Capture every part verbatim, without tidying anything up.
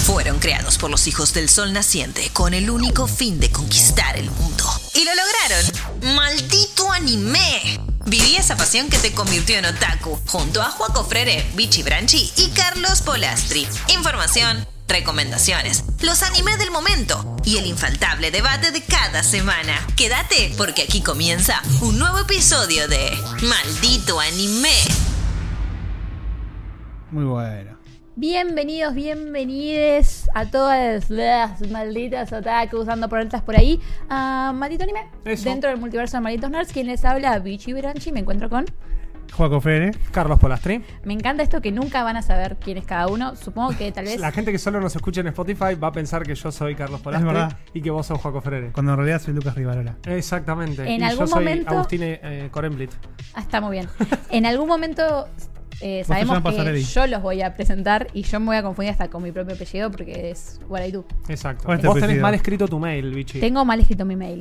Fueron creados por los hijos del sol naciente con el único fin de conquistar el mundo. ¡Y lo lograron! ¡Maldito anime! Viví esa pasión que te convirtió en otaku, junto a Joaco Frere, Vichy Branchi y Carlos Polastri. Información, recomendaciones, los animes del momento y el infaltable debate de cada semana. Quédate, porque aquí comienza un nuevo episodio de Maldito Anime. Muy bueno. Bienvenidos, bienvenides a todas las malditas otakus dando por altas por ahí a Maldito Anime. Eso. Dentro del multiverso de Malditos Nerds, quien les habla, Vichy Branchi. Me encuentro con Joaco Frere, Carlos Polastri. Me encanta esto que nunca van a saber quién es cada uno. Supongo que tal vez la gente que solo nos escucha en Spotify va a pensar que yo soy Carlos Polastri y que vos sos Joaco Frere. Cuando en realidad soy Lucas Rivarola. Exactamente. En y algún yo soy momento Agustín eh, Corenblit. Ah, está muy bien. En algún momento eh, sabemos que yo los voy a presentar y yo me voy a confundir hasta con mi propio apellido porque es What I do. Exacto. Vos tenés apellido? Mal escrito tu mail, Vichy. Tengo mal escrito mi mail,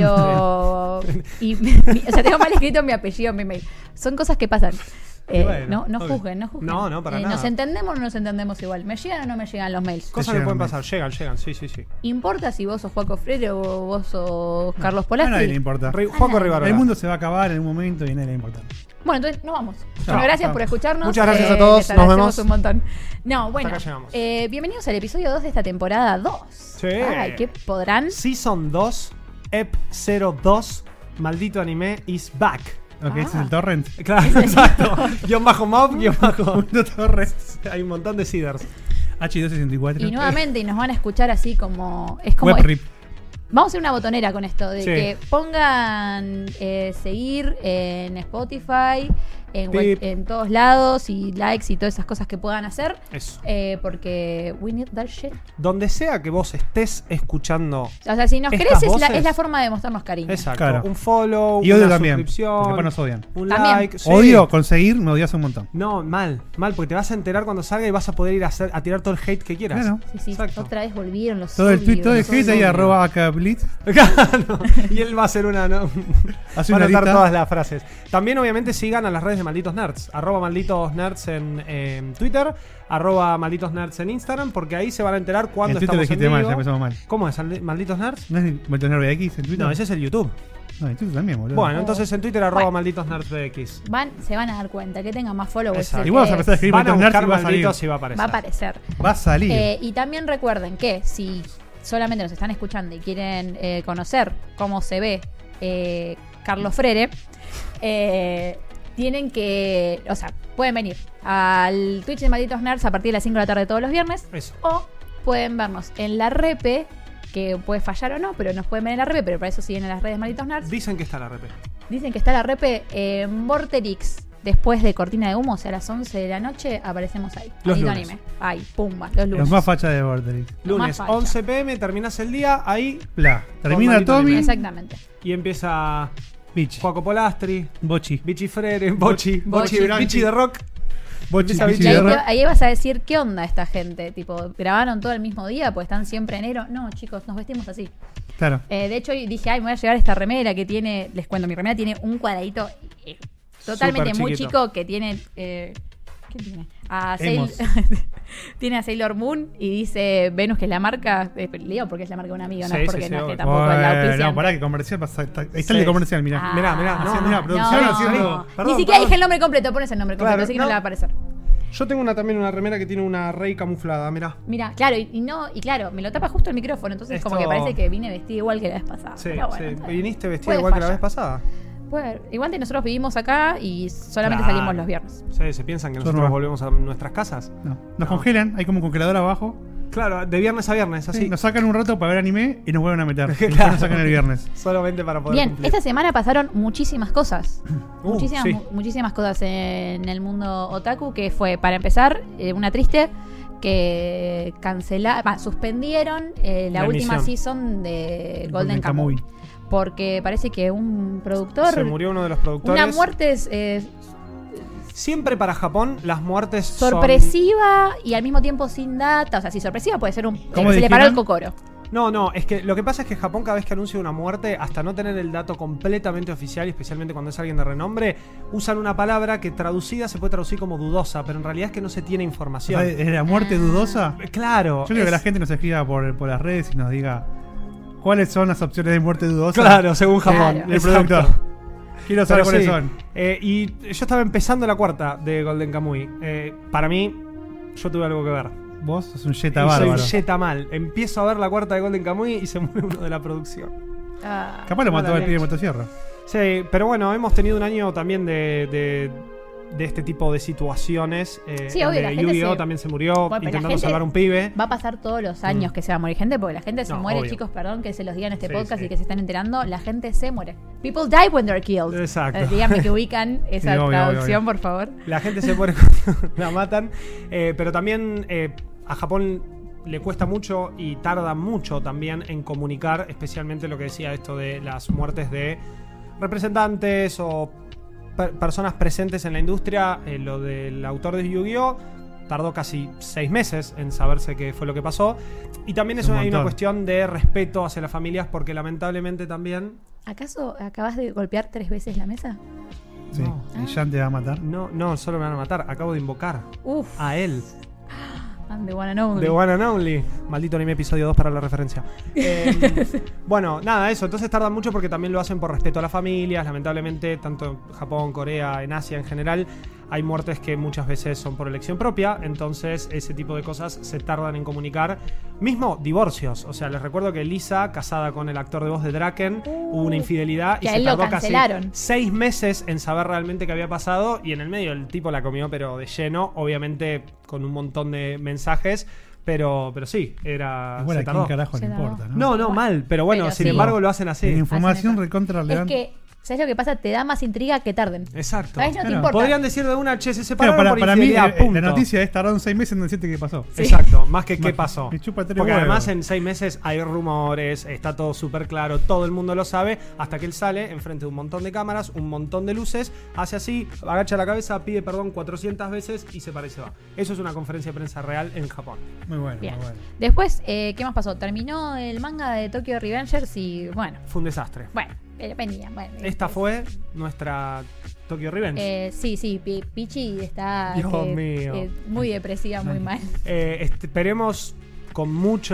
pero y, mi, o sea, tengo mal escrito mi apellido en mi mail. Son cosas que pasan. Eh, bueno, no, no juzguen, no juzguen. No, no, para eh, nada. ¿Nos entendemos o no nos entendemos igual? ¿Me llegan o no me llegan los mails? Cosas que pueden pasar, llegan, llegan, sí, sí, sí. ¿Importa si vos sos Joaco Frere o vos sos Carlos Polastri? A nadie le importa. Re, Joaco Rivarola. El mundo se va a acabar en un momento y a nadie le importa. Bueno, entonces nos vamos. Chao, bueno, gracias chao. por escucharnos. Muchas gracias eh, a todos, les nos vemos un montón. No, bueno, eh, bienvenidos al episodio dos de esta temporada dos. Sí. Ay, ¿qué podrán? Season dos, E P cero dos, Maldito Anime is back. Ok, Ah. ese es el torrent. Claro, exacto. Guión bajo mob, guión bajo Mundo torrent. Hay un montón de seeders. H doscientos sesenta y cuatro. Y nuevamente, y nos van a escuchar así como. Es como. Web rip. Vamos a hacer una botonera con esto, de Sí. que pongan eh, seguir en Spotify, en, web, en todos lados, y likes y todas esas cosas que puedan hacer. Eso. Eh, porque we need that shit. Donde sea que vos estés escuchando. O sea, si nos estas querés, es la, voces, es la forma de mostrarnos cariño. Exacto. Claro. Un follow, Y odio una también. suscripción. Porque después nos odian. Un También. like. Sí. Odio conseguir, me odias un montón. No, mal, mal, porque te vas a enterar cuando salga y vas a poder ir a, hacer, a tirar todo el hate que quieras. Claro. Sí, sí, Exacto. otra vez volvieron los Todo el tweet, odios, todo el los hate ahí, odios. arroba acablit. Claro. Y él va a hacer una. ¿no? Hace Va a una anotar lista. todas las frases. También, obviamente, sigan a las redes de Malditos Nerds. Arroba Malditos Nerds en eh, Twitter. Arroba Malditos Nerds en Instagram. Porque ahí se van a enterar cuando En Twitter estamos en dijiste mal, vivo. ya empezamos mal. ¿Cómo es? ¿Aldi- ¿Malditos Nerds? ¿No es Malditos Nerds B X en Twitter? No, ese es el YouTube. No, en Twitter también, boludo. Bueno, entonces en Twitter arroba Bueno. Malditos Nerds B X. Van, se van a dar cuenta que tengan más followers. Exacto. eh, Igual vas a empezar a escribir Van a Malditos Nerds buscar y va a salir. Malditos y va a aparecer. va a aparecer. Va a salir. Eh, y también recuerden que si solamente nos están escuchando y quieren eh, conocer cómo se ve eh, Carlos Frere, eh, tienen que, o sea, pueden venir al Twitch de Malditos Nerds a partir de las cinco de la tarde todos los viernes. Eso. O pueden vernos en la repe, que puede fallar o no, pero nos pueden ver en la repe, pero para eso siguen en las redes Malditos Nerds. Dicen que está la repe. Dicen que está la repe en Vorterix. Después de Cortina de Humo, o sea, a las once de la noche, aparecemos ahí. Los Maldito lunes. Anime. Ahí, pumba, los lunes. Los más fachas de Borderix. Lo más Lunes, facha. once pm, terminás el día, ahí. Bla. Termina Maldito Tommy. Anime. Exactamente. Y empieza Bichi. Joaco Polastri, Bochi. Vichy Frere, Bochi, Bochi, Bochi, Branchi. Vichy de Rock. Bochi. Empieza Bichi Y ahí, de te- rock. ahí vas a decir, ¿qué onda esta gente? Tipo, ¿grabaron todo el mismo día? Pues están siempre enero. No, chicos, nos vestimos así. Claro. Eh, de hecho, dije, ay, me voy a llevar esta remera que tiene, les cuento, mi remera tiene un cuadradito eh, totalmente Súper muy chiquito. chico que tiene... Eh, ¿Qué tiene? A Sail- Hemos. tiene a Sailor Moon y dice Venus, que es la marca. Eh, Leo, porque es la marca de un amigo, no Sí, es porque sí, sí, no es que obvio. tampoco es la Bueno, auspician. no, pará, que comercial pasa. está- Ahí está Sí. el de comercial, mirá. Ah, Mirá, mirá, no, Haciendo una no, producción, no, haciendo. no. Perdón, Ni siquiera perdón. dije el nombre completo, pones el nombre completo, Claro, así que no. no le va a aparecer. Yo tengo una, también una remera que tiene una rey camuflada, mirá. Mira, claro, y, y no, y claro, me lo tapa justo el micrófono, entonces Esto- como que parece que vine vestida igual que la vez pasada. Sí, Pero bueno, sí. está bien. Viniste vestida Puede igual que la fallar. vez pasada. Bueno, igual que nosotros vivimos acá y solamente Claro. salimos los viernes. Sí, se piensan que Yo nosotros no. volvemos a nuestras casas. No. Nos No. congelan, hay como un congelador abajo. Claro, de viernes a viernes, así. Sí, nos sacan un rato para ver anime y nos vuelven a meter. Y Claro. después nos sacan el viernes. Solamente para poder Bien, cumplir. esta semana pasaron muchísimas cosas. Uh, muchísimas, sí. mu- muchísimas cosas en el mundo otaku, que fue, para empezar, eh, una triste que cancelaron, suspendieron eh, la, La última emisión. season de Golden, Golden Kamuy. Kamuy. Porque parece que un productor... Se murió uno de los productores. Una muerte eh, Siempre para Japón las muertes son... sorpresiva y al mismo tiempo sin data. O sea, si sorpresiva puede ser un... ¿Cómo Se le dijeron? paró el cocoro. No, no, es que lo que pasa es que Japón cada vez que anuncia una muerte, hasta no tener el dato completamente oficial, y especialmente cuando es alguien de renombre, usan una palabra que traducida se puede traducir como dudosa, pero en realidad es que no se tiene información. ¿Es la muerte dudosa? Claro. Yo creo es- que la gente nos escriba por, por las redes y nos diga cuáles son las opciones de muerte dudosa. Claro, según Japón. Claro. El Exacto. productor. Quiero saber Pero cuáles sí, son. eh, y yo estaba empezando la cuarta de Golden Kamuy. Eh, para mí, yo tuve algo que ver. Vos sos un Jetta Y soy bárbaro. un Jetta mal. Empiezo a ver la cuarta de Golden Kamuy y se muere uno de la producción. Ah, Capaz lo mató Mala el pibe de leche. motosierra. Sí, pero bueno, hemos tenido un año también de, de, de este tipo de situaciones. Eh, Sí, el obvio, de la gente Yu-Gi-Oh! se- También se murió Bueno, pero la intentando gente salvar a un pibe. Va a pasar todos los años Mm. que se va a morir gente, porque la gente se No, muere, obvio. chicos, perdón que se los diga en este Sí, podcast sí. y que se están enterando, la gente se muere. People die when they're killed. Exacto. Eh, díganme que ubican esa Sí, obvio, traducción, obvio, por favor. La gente se muere cuando la matan. Eh, pero también eh, a Japón le cuesta mucho y tarda mucho también en comunicar, especialmente lo que decía esto de las muertes de representantes o per- personas presentes en la industria. Eh, lo del autor de Yu-Gi-Oh! Tardó casi seis meses en saberse qué fue lo que pasó. Y también es Un una, hay una montón. cuestión de respeto hacia las familias, porque lamentablemente también... ¿Acaso acabas de golpear tres veces la mesa? Sí. No. Y Jan te va a matar. No, no, solo me van a matar. Acabo de invocar Uf, a él. I'm the one and only. The One and Only. Maldito anime episodio dos para la referencia. Eh, bueno, nada, eso. Entonces tardan mucho porque también lo hacen por respeto a las familias. Lamentablemente, tanto en Japón, Corea, en Asia en general, hay muertes que muchas veces son por elección propia. Entonces, ese tipo de cosas se tardan en comunicar. Mismo divorcios. O sea, les recuerdo que Lisa, casada con el actor de voz de Draken, hubo una infidelidad que y a se él lo tardó casi cancelaron. seis meses en saber realmente qué había pasado. Y en el medio el tipo la comió, pero de lleno. Obviamente con un montón de mensajes. Pero, pero sí, era. Igual se a quién tardó. carajo le Se tardó. importa, ¿no? No, no, mal, pero bueno, Pero sin sí. embargo lo hacen En así. información Hacen eso. recontra Es relevante. que, ¿sabes lo que pasa? Te da más intriga que tarden. Exacto. ¿Sabes? No te Claro. importa. Podrían decir de una, che, se Claro, separaron para, por para mí, infidelidad, eh, eh, punto. la noticia es tardaron seis meses en decirte qué pasó. Sí. Exacto, más que qué Me- pasó. me chupa tres Porque huevos. además en seis meses hay rumores, está todo súper claro, todo el mundo lo sabe, hasta que él sale enfrente de un montón de cámaras, un montón de luces, hace así, agacha la cabeza, pide perdón cuatrocientas veces y se para y se va. Eso es una conferencia de prensa real en Japón. Muy bueno, Bien. muy bueno. Después, eh, ¿qué más pasó? Terminó el manga de Tokyo Revengers y bueno, Fue un desastre. bueno, eh, venía. Bueno, Esta eh, fue nuestra Tokyo Revenge. Eh, sí, sí, Pi- Pichi está Dios que- mío. que muy depresiva, muy mal. Eh, este, esperemos con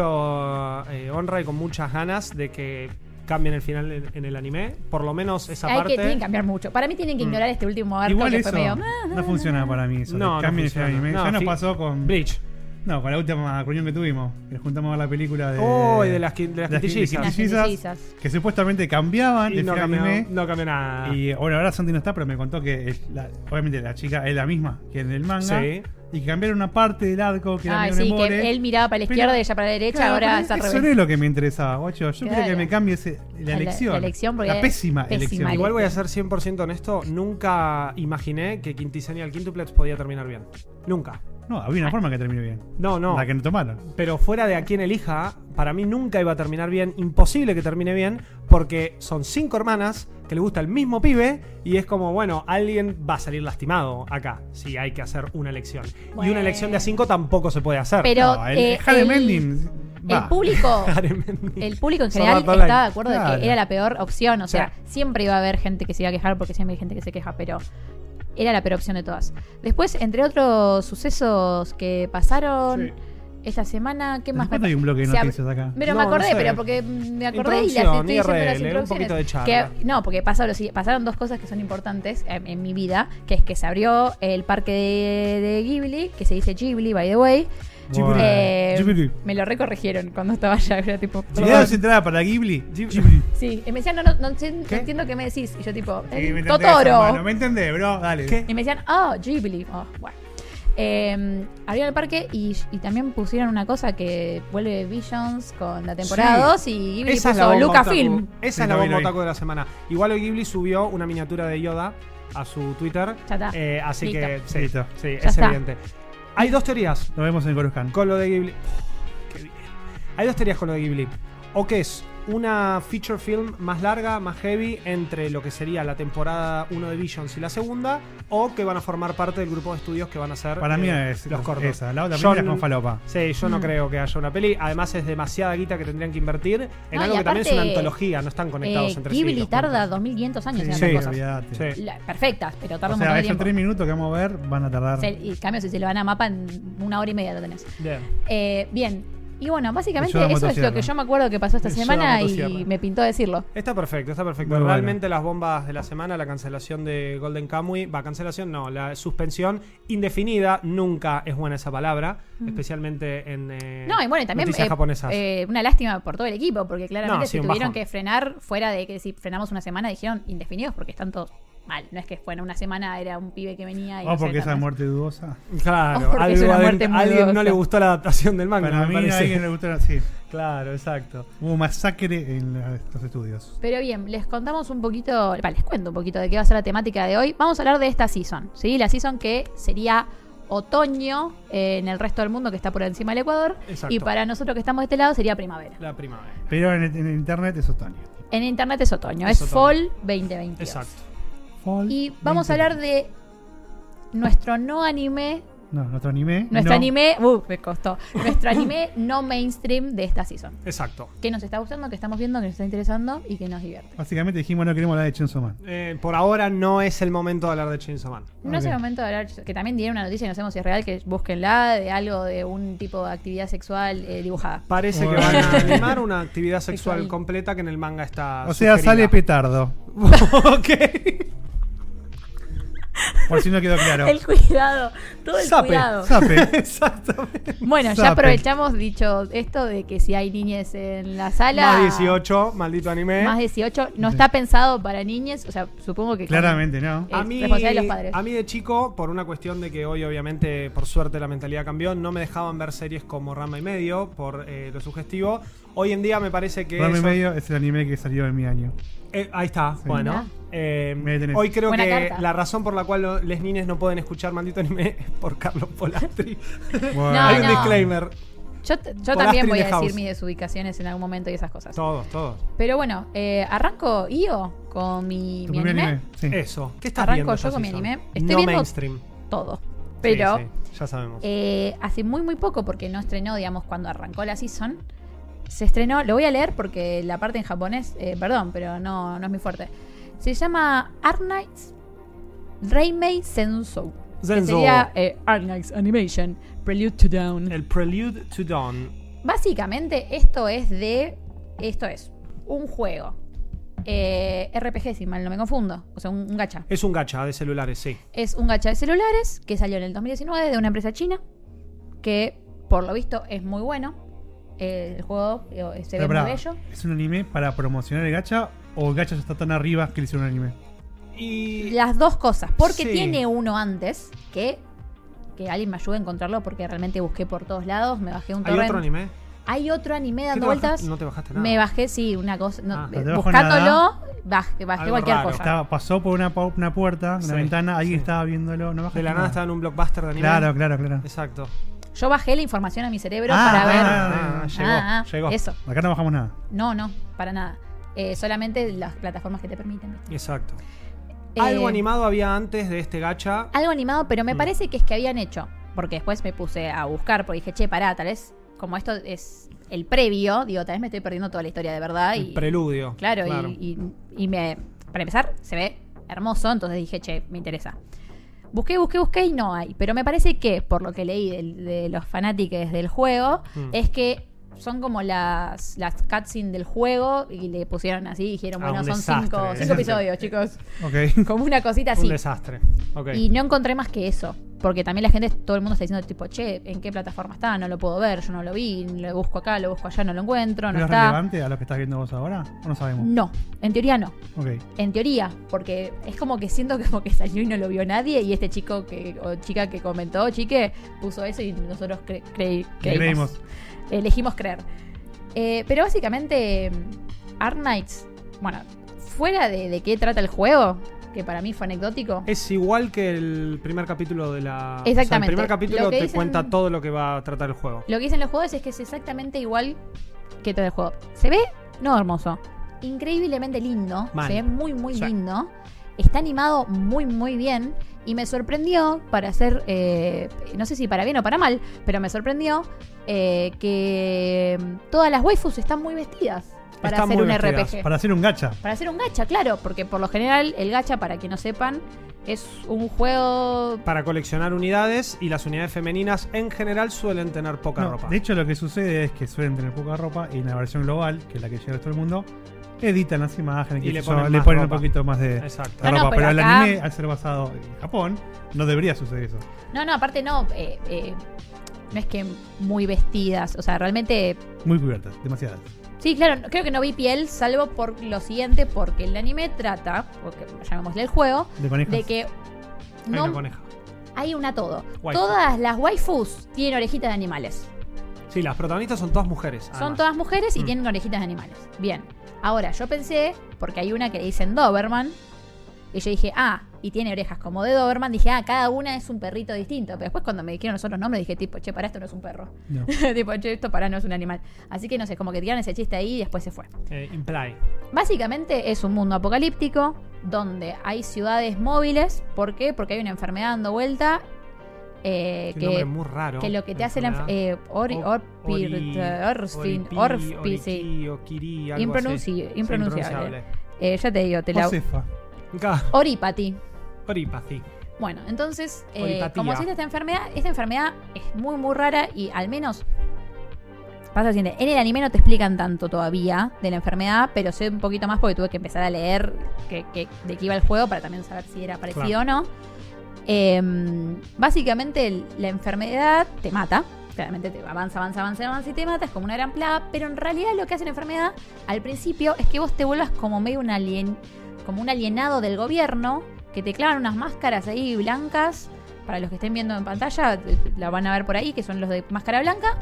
mucho eh, honra y con muchas ganas de que cambien el final en, en el anime. Por lo menos esa Hay parte. que, tienen que cambiar mucho. Para mí tienen que ignorar este último arco Igual que eso fue medio. "Ah, no funciona para mí. Eso, No, no, no cambien el funciona. anime. No, ya nos fi- pasó con. Bleach. No, con la última reunión que tuvimos. Que nos juntamos a ver la película de. Oh, y de las, qui- de las de las quintillizas. Las quintillizas, quintillizas. Que supuestamente cambiaban Y el no final cambió, anime. no cambió nada. Y bueno, ahora Santi no está, pero me contó que es la- obviamente la chica es la misma que en el manga. Sí. Y que cambiaron una parte del arco que era Ay, medio sí, embole. que él miraba para la Pero- izquierda y ella para la derecha, Claro, ahora pero es al eso revés. no es lo que me interesaba, guacho. Yo quería Claro. que me cambie ese- la La- elección. la elección, porque la es pésima, pésima elección. elección. Igual voy a ser cien por ciento honesto, nunca imaginé que Quintiseñal Quintuplex podía terminar bien. Nunca. No, había una forma que termine bien. No, no. La que no tomaron. Pero fuera de a quien elija, para mí nunca iba a terminar bien. Imposible que termine bien, porque son cinco hermanas que le gusta el mismo pibe y es como, bueno, alguien va a salir lastimado acá si hay que hacer una elección. Y Bueno. una elección de a cinco tampoco se puede hacer. Pero No, el, eh, Harry el- Mending. el va. público, Claramente. el público en Sword general Art Online. estaba de acuerdo de Claro. que era la peor opción. O sea, Sí. siempre iba a haber gente que se iba a quejar porque siempre hay gente que se queja, pero era la peor opción de todas. Después, entre otros sucesos que pasaron Sí. esta semana, ¿qué más? ¿Cuándo hay un bloque de Se ab- noticias acá? Pero No, me acordé, no sé. pero porque me acordé y las Introducción, estoy diciendo las I R L, un introducciones. poquito de charla. Que- no, porque pasó lo si- pasaron dos cosas que son importantes en, en mi vida, que es que se abrió el parque de, de Ghibli, que se dice Ghibli, by the way. Bueno. Eh, Ghibli. me lo recorrigieron cuando estaba allá, era tipo... Si le das entrada para Ghibli. Ghibli. Sí, y me decían, no, no, no, ent- no ¿Qué? entiendo qué me decís. Y yo tipo, Sí, "Eh, me entendés, Totoro. hermano, me entendés, bro. Dale. ¿Qué? Y me decían, oh, Ghibli. Oh, bueno. Eh, abrieron el parque y, y también pusieron una cosa que vuelve Visions con la temporada Sí. dos y Ghibli Esa es la puso bomba Lucasfilm. otaku. Esa Sí, es la lo vi, bomba lo vi. otaku de la semana. Igual hoy Ghibli subió una miniatura de Yoda a su Twitter. Ya está. Eh, así Listo. que sí, Listo. sí, Ya es está. evidente. Hay dos teorías Nos vemos en Coruscant. con lo de Ghibli. Oh, qué bien. Hay dos teorías con lo de Ghibli. o que es una feature film más larga, más heavy, entre lo que sería la temporada uno de Visions y la segunda, o que van a formar parte del grupo de estudios que van a hacer Para eh, mí es los cortos. esa, la otra Yo película n- con falopa. Sí, yo no Mm. creo que haya una peli. Además es demasiada guita que tendrían que invertir en No, algo y que también es una aparte, antología, no están conectados Eh, entre sí. Ghibli los tarda cortos. dos mil quinientos años Sí, en sí, hacer cosas. olvídate. Sí. La- perfectas, pero tarda O un sea, montón de esos tiempo. tres minutos que vamos a ver van a tardar. Se- y cambio, si se le van a mapa en una hora y media lo tenés. Bien. Eh, bien. Y bueno, básicamente Yoda eso es lo motosierra. que yo me acuerdo que pasó esta Yoda semana y motosierra. me pintó decirlo. Está perfecto, está perfecto. Muy Realmente las bombas de la semana, la cancelación de Golden Kamuy, va, cancelación no, la suspensión indefinida, nunca es buena esa palabra, especialmente en eh, Mm. No, y bueno, y también noticias eh, japonesas. eh, una lástima por todo el equipo, porque claramente No, sí, si un tuvieron bajón. que frenar, fuera de que si frenamos una semana, dijeron indefinidos, porque están todos mal. No es que fuera una semana, era un pibe que venía y O no sé, porque esa tantas- muerte dudosa. Claro, o porque es algo una adentro- muerte a muy alguien no dudosa. le gustó la adaptación del manga, Para me mí a parece. alguien le gustó así. Claro, exacto. Hubo masacre en la- los estudios. Pero bien, les contamos un poquito, va, les cuento un poquito de qué va a ser la temática de hoy. Vamos a hablar de esta season, ¿sí? La season que sería otoño eh, en el resto del mundo, que está por encima del Ecuador. Exacto. Y para nosotros que estamos de este lado sería primavera. La primavera. Pero en, en internet es otoño. En internet es otoño, Es es, otoño. fall veinte veintidós. Exacto. Fall Y vamos a veinte. hablar de nuestro no anime, No, nuestro anime. nuestro no. anime, uh, me costó, nuestro anime no mainstream de esta season. Exacto. Que nos está gustando, que estamos viendo, que nos está interesando y que nos divierte. Básicamente dijimos no queremos hablar de Chainsaw Man. Eh, por ahora no es el momento de hablar de Chainsaw Man. No es Ok. el momento de hablar, que también dieron una noticia, no sabemos si es real, que búsquenla, de algo de un tipo de actividad sexual eh, dibujada. Parece que Bueno. van a animar una actividad sexual Sexual. completa que en el manga está O sea, sale sugerida. petardo. Ok. Por si no quedó claro. El cuidado, todo el Sape. cuidado. Sape. Exactamente. Bueno, ya Sape. aprovechamos dicho esto de que si hay niñes en la sala. Más dieciocho, maldito anime. Más dieciocho, no Sí. está pensado para niñes, o sea, supongo que. Claramente, ¿no? Eh, A mí, responsabilidad de los padres. a mí de chico, por una cuestión de que hoy obviamente por suerte la mentalidad cambió, no me dejaban ver series como Rama y Medio por eh, lo sugestivo. Hoy en día me parece que... Rama y eso- medio es el anime que salió en mi año. Eh, ahí está, Sí. bueno. Mirá. Eh, Me tenés. hoy creo Buena que carta. la razón por la cual lo- les niñes no pueden escuchar maldito anime es por Carlos Polastri. Bueno, No, Hay un no. disclaimer. Yo, t- yo Polastri también voy in a the decir house. mis desubicaciones en algún momento y esas cosas. Todos, todos. Pero bueno, eh, arranco yo con mi, tu mi primer anime. anime. Sí. Eso. ¿Qué estás Arranco viendo yo esta con mi season? anime. Estoy no viendo- mainstream. Todo. Pero Sí, sí, ya sabemos. eh, hace muy, muy poco, porque no estrenó, digamos, cuando arrancó la season. Se estrenó, lo voy a leer porque la parte en japonés, eh, perdón, pero no, no es muy fuerte. Se llama Arknights Reimei Sensou. Que Senzo. sería eh, Arknights Animation Prelude to Dawn. El Prelude to Dawn. Básicamente, esto es de. Esto es un juego. eh, R P G, si mal no me confundo. O sea, un, un gacha. Es un gacha de celulares, sí. Es un gacha de celulares que salió en el dos mil diecinueve de una empresa china. Que, por lo visto, es muy bueno. Eh, el juego eh, se ve Pero, muy pará, bello. ¿es un anime para promocionar el gacha o el gacha ya está tan arriba que le hicieron un anime? Y Las dos cosas. Porque Sí. tiene uno antes que. Que alguien me ayude a encontrarlo porque realmente busqué por todos lados. Me bajé un ¿hay torrent. otro anime? Hay otro anime ¿Qué dando te vueltas. bajaste? No te bajaste nada. Me bajé, sí, una cosa. no, Ah. eh, No te bajó buscándolo, nada. bajé, bajé Algo cualquier raro. cosa. Estaba, pasó por una, pu- una puerta, una Sí, ventana, alguien sí. estaba viéndolo. No bajaste De la nada nada. estaba en un blockbuster de anime. Claro, claro, claro. Exacto. Yo bajé la información a mi cerebro Ah, para ver. ah, ah, llegó, Ah, ah, llegó. Eso. Acá no bajamos nada. No, no, para nada. Eh, solamente las plataformas que te permiten. Exacto. Eh, Algo animado había antes de este gacha. Algo animado, pero me Mm. parece que es que habían hecho. Porque después me puse a buscar, porque dije, che, pará, tal vez, como esto es el previo, digo, tal vez me estoy perdiendo toda la historia de verdad. El Y, preludio. Claro, Y, y, y me. Para empezar, se ve hermoso, entonces dije, che, me interesa. Busqué, busqué, busqué y no hay. Pero me parece que, por lo que leí de, de los fanáticos del juego, Mm. es que son como las, las cutscenes del juego y le pusieron así y dijeron, Ah, bueno, un son desastre. cinco, cinco Desastre. episodios, chicos. Ok. Como una cosita Un así. desastre. Ok. Y no encontré más que eso. Porque también la gente, todo el mundo está diciendo, tipo, che, ¿en qué plataforma está? No lo puedo ver, yo no lo vi, lo busco acá, lo busco allá, no lo encuentro, no ¿Pero es está. relevante a lo que estás viendo vos ahora? ¿O no sabemos? No, en teoría no. Ok. En teoría, porque es como que siento que como que salió y no lo vio nadie y este chico que o chica que comentó, chique, puso eso y nosotros cre- cre- creímos. Creímos. Elegimos creer. Eh, pero básicamente, Arknights, bueno, fuera de, de qué trata el juego, que para mí fue anecdótico. Es igual que el primer capítulo de la... Exactamente. O sea, el primer capítulo Lo que te dicen- cuenta todo lo que va a tratar el juego. Lo que dicen los juegos es que es exactamente igual que todo el juego. Se ve, no hermoso, increíblemente lindo. Mal. Se ve muy, muy Sí. lindo. Está animado muy, muy bien. Y me sorprendió, para hacer, eh, no sé si para bien o para mal, pero me sorprendió eh, que todas las waifus están muy vestidas para Están hacer muy un vestidas. R P G. Para hacer un gacha. Para hacer un gacha, claro, porque por lo general el gacha, para que no sepan, es un juego... Para coleccionar unidades, y las unidades femeninas en general suelen tener poca No, ropa. de hecho, lo que sucede es que suelen tener poca ropa y en la versión global, que es la que llega a todo el mundo, editan las imágenes Y qué le sé yo, ponen le más ponen ropa. un poquito más de, Exacto. de No, no, ropa. pero Pero el acá- anime, al ser basado en Japón, no debería suceder eso. No, no, aparte no, eh, eh, no es que muy vestidas, o sea, realmente... Muy cubiertas, demasiadas. Sí, claro, no- creo que no vi piel, salvo por lo siguiente, porque el anime trata, porque llamémosle el juego, De conejas. de que Hay no una coneja. hay una todo. Waifu. Todas las waifus tienen orejitas de animales. Sí, las protagonistas son todas mujeres. Son además. todas mujeres y Mm. tienen orejitas de animales. Bien. Ahora, yo pensé, porque hay una que le dicen Doberman, y yo dije, ah, y tiene orejas como de Doberman, dije, ah, cada una es un perrito distinto. Pero después cuando me dijeron los otros nombres, dije, tipo, che, para esto no es un perro. No. tipo, che, esto para no es un animal. Así que no sé, como que tiraron ese chiste ahí y después se fue. Eh, imply. Básicamente es un mundo apocalíptico donde hay ciudades móviles. ¿Por qué? Porque hay una enfermedad dando vuelta. eh, Qué nombre que, muy raro. que lo que te hace la enf- eh, Ori, O- Orpir, Ori- Orspin, Oripi, Orfi, sí. Oriki, Okiri, algo Impronunci- así. Sí, impronunciable. Eh, ya te digo, te la. Josefa. Acá, Oripati. Oripathy. Bueno, entonces, eh, Oripatía. como existe esta enfermedad, esta enfermedad es muy, muy rara y al menos. Pasa lo siguiente, en el anime no te explican tanto todavía de la enfermedad, pero sé un poquito más porque tuve que empezar a leer que, que- de qué iba el juego para también saber si era parecido Claro. o no. Eh, básicamente el- la enfermedad te mata. Claramente te avanza, avanza, avanza, avanza y te mata. Es como una gran plaga. Pero en realidad lo que hace la enfermedad al principio es que vos te vuelvas como medio un alien, como un alienado del gobierno, que te clavan unas máscaras ahí blancas. Para los que estén viendo en pantalla, eh, la van a ver por ahí, que son los de máscara blanca.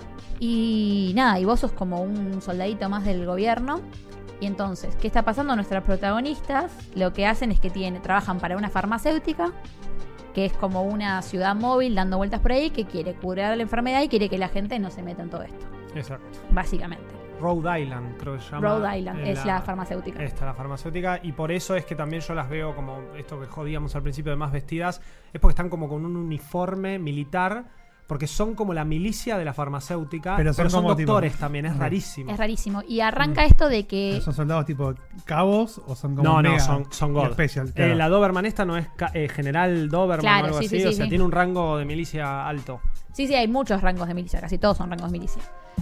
Y nada, y vos sos como un soldadito más del gobierno. Y entonces, ¿qué está pasando? Nuestras protagonistas lo que hacen es que tienen, trabajan para una farmacéutica, que es como una ciudad móvil dando vueltas por ahí, que quiere curar la enfermedad y quiere que la gente no se meta en todo esto. Exacto. Básicamente. Rhode Island, creo que se llama. Rhode Island eh, es la farmacéutica. Esta, la farmacéutica. Y por eso es que también yo las veo como esto que jodíamos al principio de más vestidas. Es porque están como con un uniforme militar. Porque son como la milicia de la farmacéutica. Pero Pero son son, como tipo- doctores también. Es Ok. rarísimo. Es rarísimo. Y arranca esto de que... ¿Pero ¿Son soldados tipo cabos o son como No, no, mega son, son God. special? Eh, Claro. la Doberman esta no es ca- eh, general Doberman Claro, o algo sí, así. sí, o sí, sea, sí. tiene un rango de milicia alto. Sí, sí, hay muchos rangos de milicia, casi todos son rangos de milicia.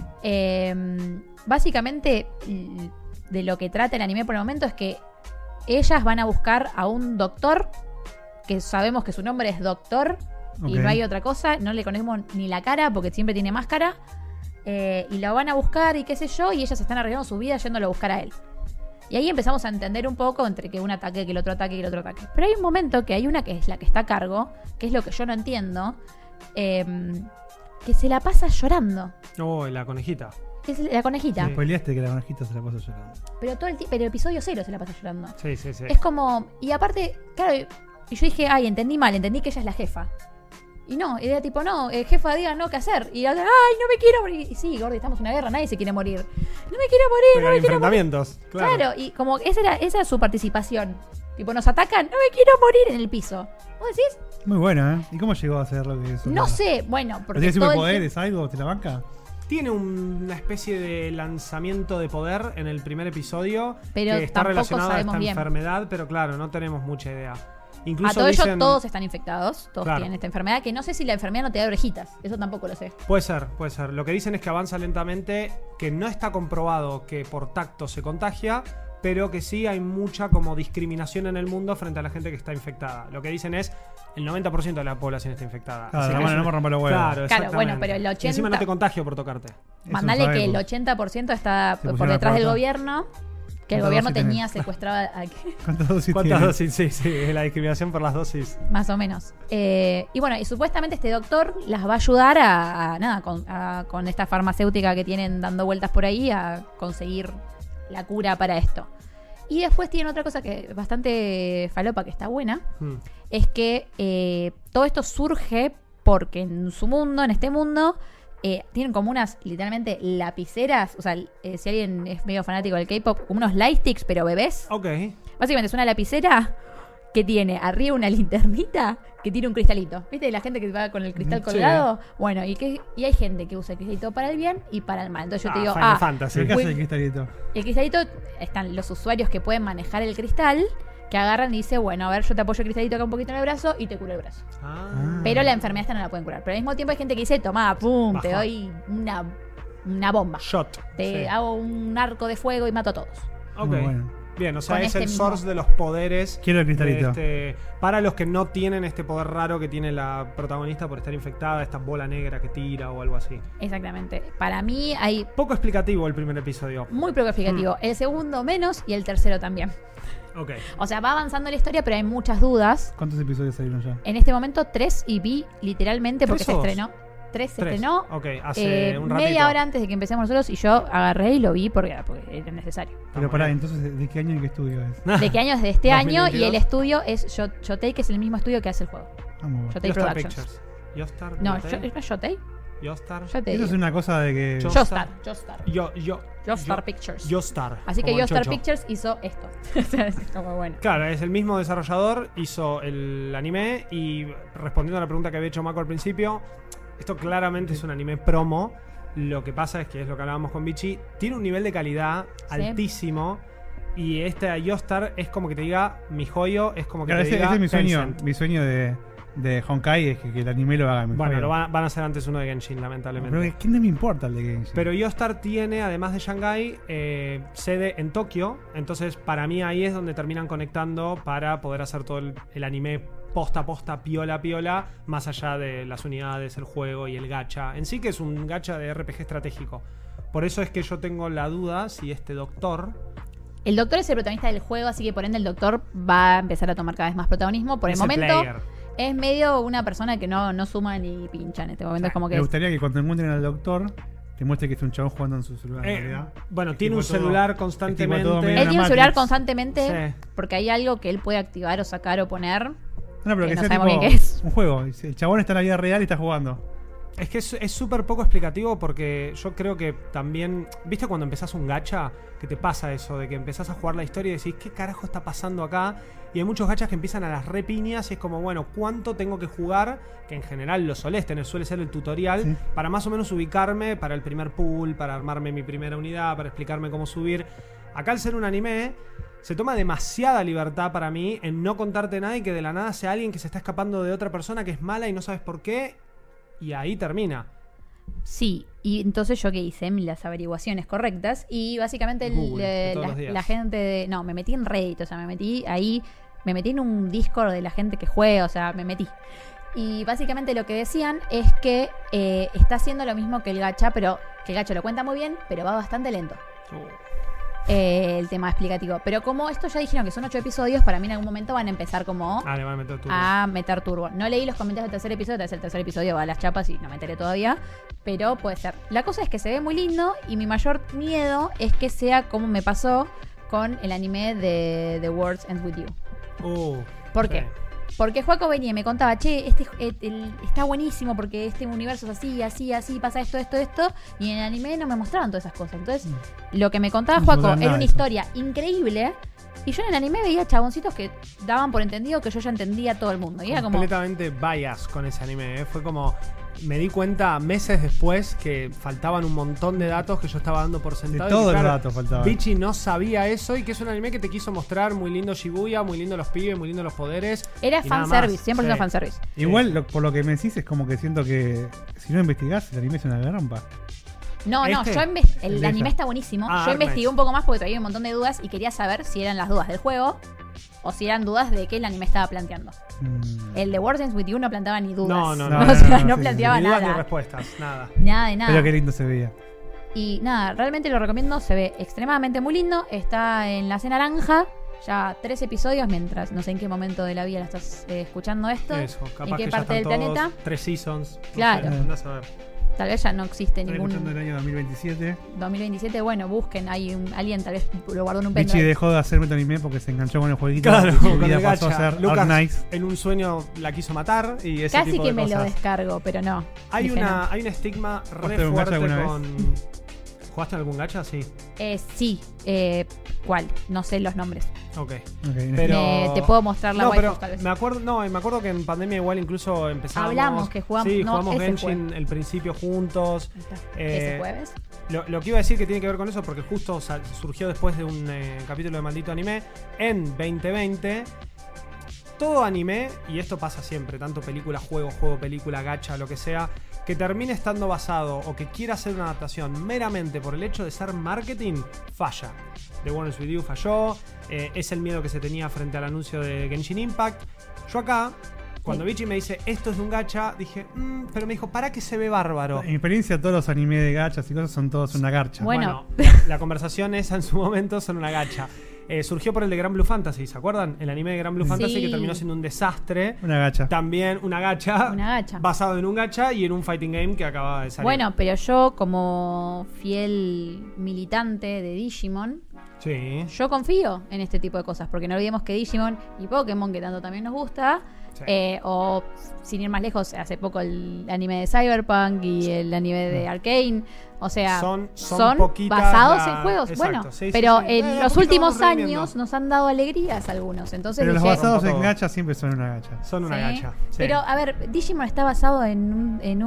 Eh, básicamente, l- de lo que trata el anime por el momento es que ellas van a buscar a un doctor, que sabemos que su nombre es Doctor, y Ok. no hay otra cosa, no le conocemos ni la cara porque siempre tiene máscara, eh, y lo van a buscar y qué sé yo, y ellas están arriesgando su vida yéndolo a buscar a él. Y ahí empezamos a entender un poco entre que un ataque, que el otro ataque, que el otro ataque. Pero hay un momento que hay una que es la que está a cargo, que es lo que yo no entiendo, eh, que se la pasa llorando. Oh, la conejita. Que es la conejita. Me spoileaste que la conejita se la pasó llorando. Pero todo el ti- pero episodio cero se la pasa llorando. Sí, sí, sí. Es como. Y aparte, claro, y y yo dije, ay, entendí mal, entendí que ella es la jefa. Y no, y era tipo, no, eh, jefa, diga no qué hacer. Y la otra, ay, no me quiero morir. Y sí, Gordi, estamos en una guerra, nadie se quiere morir. No me quiero morir, Pero no hay me quiero morir. enfrentamientos. Claro. Claro, y como esa era, esa era su participación. Tipo, nos atacan, no me quiero morir en el piso. ¿Vos decís? Muy buena, ¿eh? ¿Y cómo llegó a ser lo que es? No sé, bueno, ¿Pero porque tiene todo el superpoderes, algo? ¿Te la banca? Tiene un- una especie de lanzamiento de poder en el primer episodio Pero que está tampoco relacionado a sabemos esta bien. enfermedad, pero claro, no tenemos mucha idea. A Incluso todo ello dicen, todos están infectados, todos Claro. tienen esta enfermedad, que no sé si la enfermedad no te da orejitas, eso tampoco lo sé. Puede ser, puede ser. Lo que dicen es que avanza lentamente, que no está comprobado que por tacto se contagia, pero que sí hay mucha como discriminación en el mundo frente a la gente que está infectada. Lo que dicen es el noventa por ciento de la población está infectada. Claro, Así no que me- es no una- me rompa los huevos. Claro, Claro, exactamente. bueno, pero el Y encima ochenta no te contagio por tocarte. Eso Mandale lo que el sabemos. ochenta por ciento está Se por pusieron detrás a del prueba. gobierno, que el ¿Cuántas gobierno dosis tenía tenés? secuestrado a... ¿Cuántas dosis ¿Cuántas tiene? dosis? Sí, sí, la discriminación por las dosis. Más o menos. Eh, y bueno, y supuestamente este doctor las va a ayudar a, a nada, con, a- con esta farmacéutica que tienen dando vueltas por ahí, a conseguir la cura para esto. Y después tienen otra cosa que es bastante falopa, que está buena, Hmm. es que eh, todo esto surge porque en su mundo, en este mundo, eh, tienen como unas, literalmente, lapiceras. O sea, eh, si alguien es medio fanático del K-pop, como unos lightsticks, pero bebés. Ok. Básicamente es una lapicera que tiene arriba una linternita que tiene un cristalito. ¿Viste? La gente que va con el cristal Sí. colgado. Bueno, y que y hay gente que usa el cristalito para el bien y para el mal. Entonces yo te Ah, digo, Final ah, Fantasy. ¿Qué hace Uy. el cristalito? el cristalito, están los usuarios que pueden manejar el cristal, que agarran y dicen, bueno, a ver, yo te apoyo el cristalito acá un poquito en el brazo y te curo el brazo. Ah. Pero la enfermedad esta no la pueden curar. Pero al mismo tiempo hay gente que dice, toma, pum, te Bajón. doy una, una bomba. Shot. Te Sí. hago un arco de fuego y mato a todos. Ok. Muy bueno. Bien, o sea, Con es este el mismo. source de los poderes. Quiero el cristalito. de este- para los que no tienen este poder raro que tiene la protagonista por estar infectada, esta bola negra que tira o algo así. Exactamente. Para mí hay Poco explicativo el primer episodio. muy poco explicativo. Mm. El segundo menos y el tercero también. Ok. O sea, va avanzando la historia, pero hay muchas dudas. ¿Cuántos episodios salieron ya? En este momento, tres y vi literalmente porque ¿Tres se o dos? estrenó. Tres se Tres. estrenó. Ok, hace eh, un ratito. media hora antes de que empecemos nosotros y yo agarré y lo vi porque, porque era necesario. Pero pará, entonces, ¿de qué año y qué estudio es? ¿De qué año es de este año? dos mil Y el veintidós. estudio es Yo- Yotei, que es el mismo estudio que hace el juego. Vamos. Yotei Yostar Productions. Pictures. Yostar. No, Yotei? yo- ¿no es Yotei? Yostar. Yotei. Eso es una cosa de que... Yo- Yostar. Yostar. Yo, yo. Yostar yo- Pictures. Yostar. Así que como el Yostar chocho. Pictures hizo esto. O sea, es como bueno. Claro, es el mismo desarrollador, hizo el anime y respondiendo a la pregunta que había hecho Mako al principio, esto claramente es un anime promo. Lo que pasa es que es lo que hablábamos con Bichi, tiene un nivel de calidad Sí. altísimo y este Yostar es como que te diga mi joyo, es como que Claro, te ese, diga ese es mi sueño. Tencent. Mi sueño de, de Honkai es que, que el anime lo haga mejor. Bueno, lo van, van a hacer antes uno de Genshin, lamentablemente. Pero ¿qué no me importa el de Genshin? Pero Yostar tiene, además de Shanghai, eh, sede en Tokio. Entonces, para mí ahí es donde terminan conectando para poder hacer todo el, el anime posta a posta, piola a piola, más allá de las unidades, el juego y el gacha. En sí que es un gacha de R P G estratégico. Por eso es que yo tengo la duda si este doctor... El doctor es el protagonista del juego, así que por ende el doctor va a empezar a tomar cada vez más protagonismo. Por el es momento player. es medio una persona que no, no suma ni pincha en este momento. Es como que Me es- gustaría que cuando encuentren al doctor, te muestre que es un chabón jugando en su celular. en Eh, realidad. bueno, Es tiene tipo un todo- celular es tipo constantemente. todo medio él una tiene un celular Matrix. constantemente Sí. porque hay algo que él puede activar o sacar o poner. No, pero que que no sea sabemos tipo bien qué es. un juego. El chabón está en la vida real y está jugando. Es que es es súper poco explicativo porque yo creo que también, ¿viste cuando empezás un gacha? Que te pasa eso, de que empezás a jugar la historia y decís, ¿qué carajo está pasando acá? Y hay muchos gachas que empiezan a las repiñas y es como, bueno, ¿cuánto tengo que jugar? Que en general lo solés tener, suele ser el tutorial, Sí. para más o menos ubicarme para el primer pool, para armarme mi primera unidad, para explicarme cómo subir. Acá al ser un anime, se toma demasiada libertad para mí en no contarte nada y que de la nada sea alguien que se está escapando de otra persona que es mala y no sabes por qué. Y ahí termina. Sí, y entonces yo qué hice las averiguaciones correctas y básicamente el- Google, de eh, todos la, los días. la gente de... No, me metí en Reddit, o sea, me metí ahí, me metí en un Discord de la gente que juega, o sea, me metí. Y básicamente lo que decían es que eh, está haciendo lo mismo que el gacha, pero que el gacha lo cuenta muy bien, pero va bastante lento. eh, el tema explicativo. Pero como esto ya dijeron que son ocho episodios, para mí en algún momento van a empezar como Ah, le van a meter turbo. a meter turbo. No leí los comentarios del tercer episodio, tal vez el tercer episodio va a las chapas y no me enteré todavía, pero puede ser. La cosa es que se ve muy lindo y mi mayor miedo es que sea como me pasó con el anime de The World Ends With You. Uh, ¿Por sí. qué? Porque Joaco venía y me contaba, che, este eh, el- está buenísimo porque este universo es así, así, así, pasa esto, esto, esto, y en el anime no me mostraban todas esas cosas. Entonces, lo que me contaba No Joaco mostraban era nada una de eso. historia increíble, y yo en el anime veía chaboncitos que daban por entendido que yo ya entendía a todo el mundo. Y era como, Completamente bias con ese anime. ¿eh? Fue como. Me di cuenta meses después que faltaban un montón de datos que yo estaba dando por sentado. De todos y que, los claro, datos faltaban. Bichi no sabía eso y que es un anime que te quiso mostrar muy lindo Shibuya, muy lindo los pibes, muy lindo los poderes. era y nada fanservice, más. cien por ciento Sí. fanservice. Igual, lo- por lo que me decís, es como que siento que si no investigás, el anime es una grampa. No, no, ¿Este? yo inves- el El de anime esta. está buenísimo. Ah, yo Ark investigué Knight. un poco más porque todavía hay un montón de dudas y quería saber si eran las dudas del juego o si eran dudas de que el anime estaba planteando. Mm. El de World Ends With You no planteaba ni dudas. No, no, no, o no, sea, no, no sí, planteaba Ni dudas ni nada. respuestas, nada. Nada de nada. Pero qué lindo se veía. Y nada, realmente lo recomiendo. Se ve extremadamente muy lindo. Está en la C naranja. Ya tres episodios, mientras no sé en qué momento de la vida la estás eh, escuchando esto. Eso, capaz ¿En qué que parte ya del están todos, planeta? Tres seasons. no Claro. sé, andás a ver. Tal vez ya no existe Estoy ningún escuchando el año dos mil veintisiete. dos mil veintisiete. Bueno, busquen. Hay un, alguien tal vez lo guardó en un Bichi pendrive. dejó de hacer metanime porque se enganchó con el jueguito. Claro, y su con vida el pasó a gacha. ser Lucas Arknights. en un sueño la quiso matar y ese Casi tipo que de me lo cosas. descargo, pero no. Hay, Dije una, no. hay un estigma re ¿Jugaste un gacha fuerte alguna con... ¿Jugaste en algún gacha? Sí. Eh, sí. Eh, ¿Cuál? No sé los nombres. Ok. Ok, Pero- Me- te puedo mostrar la No, waifu, pero tal vez. me acuerdo, no, me acuerdo que en pandemia igual incluso empezamos. Hablamos que jugamos- Sí, no, jugamos ese Genshin el principio juntos. Ahí está. Eh, ¿Ese jueves? Lo, lo que iba a decir que tiene que ver con eso porque justo sal- surgió después de un eh, capítulo de Maldito Anime en veinte veinte. Todo anime, y esto pasa siempre, tanto película, juego, juego, película, gacha, lo que sea, que termine estando basado o que quiera hacer una adaptación meramente por el hecho de ser marketing, falla. The Warners With You falló, eh, es el miedo que se tenía frente al anuncio de Genshin Impact. Yo acá, cuando Sí. Bichi me dice esto es de un gacha, dije, "Mm", pero me dijo, ¿para qué se ve bárbaro? En mi experiencia, todos los animes de gachas y cosas son todos una garcha. Bueno. la, la conversación esa en su momento son una gacha. Eh, surgió por el de Gran Blue Fantasy, ¿se acuerdan? El anime de Gran Blue Sí. Fantasy que terminó siendo un desastre. Una gacha. También una gacha. Una gacha. Basado en un gacha y en un fighting game que acaba de salir. Bueno, pero yo como fiel militante de Digimon, Sí. yo confío en este tipo de cosas, porque no olvidemos que Digimon y Pokémon, que tanto también nos gusta, Sí. eh, o sin ir más lejos, hace poco el anime de Cyberpunk y el anime de Arcane, o sea, Son- son son, poquitas basados la- en juegos. Exacto, Bueno, sí, sí, pero sí. en Eh, los poquito últimos vamos redimiendo. años nos han dado alegrías algunos, entonces Pero los dije, basados Un en poco- gacha siempre son una gacha. Son una ¿sí? gacha. Sí. Pero a ver, Digimon está basado en un, en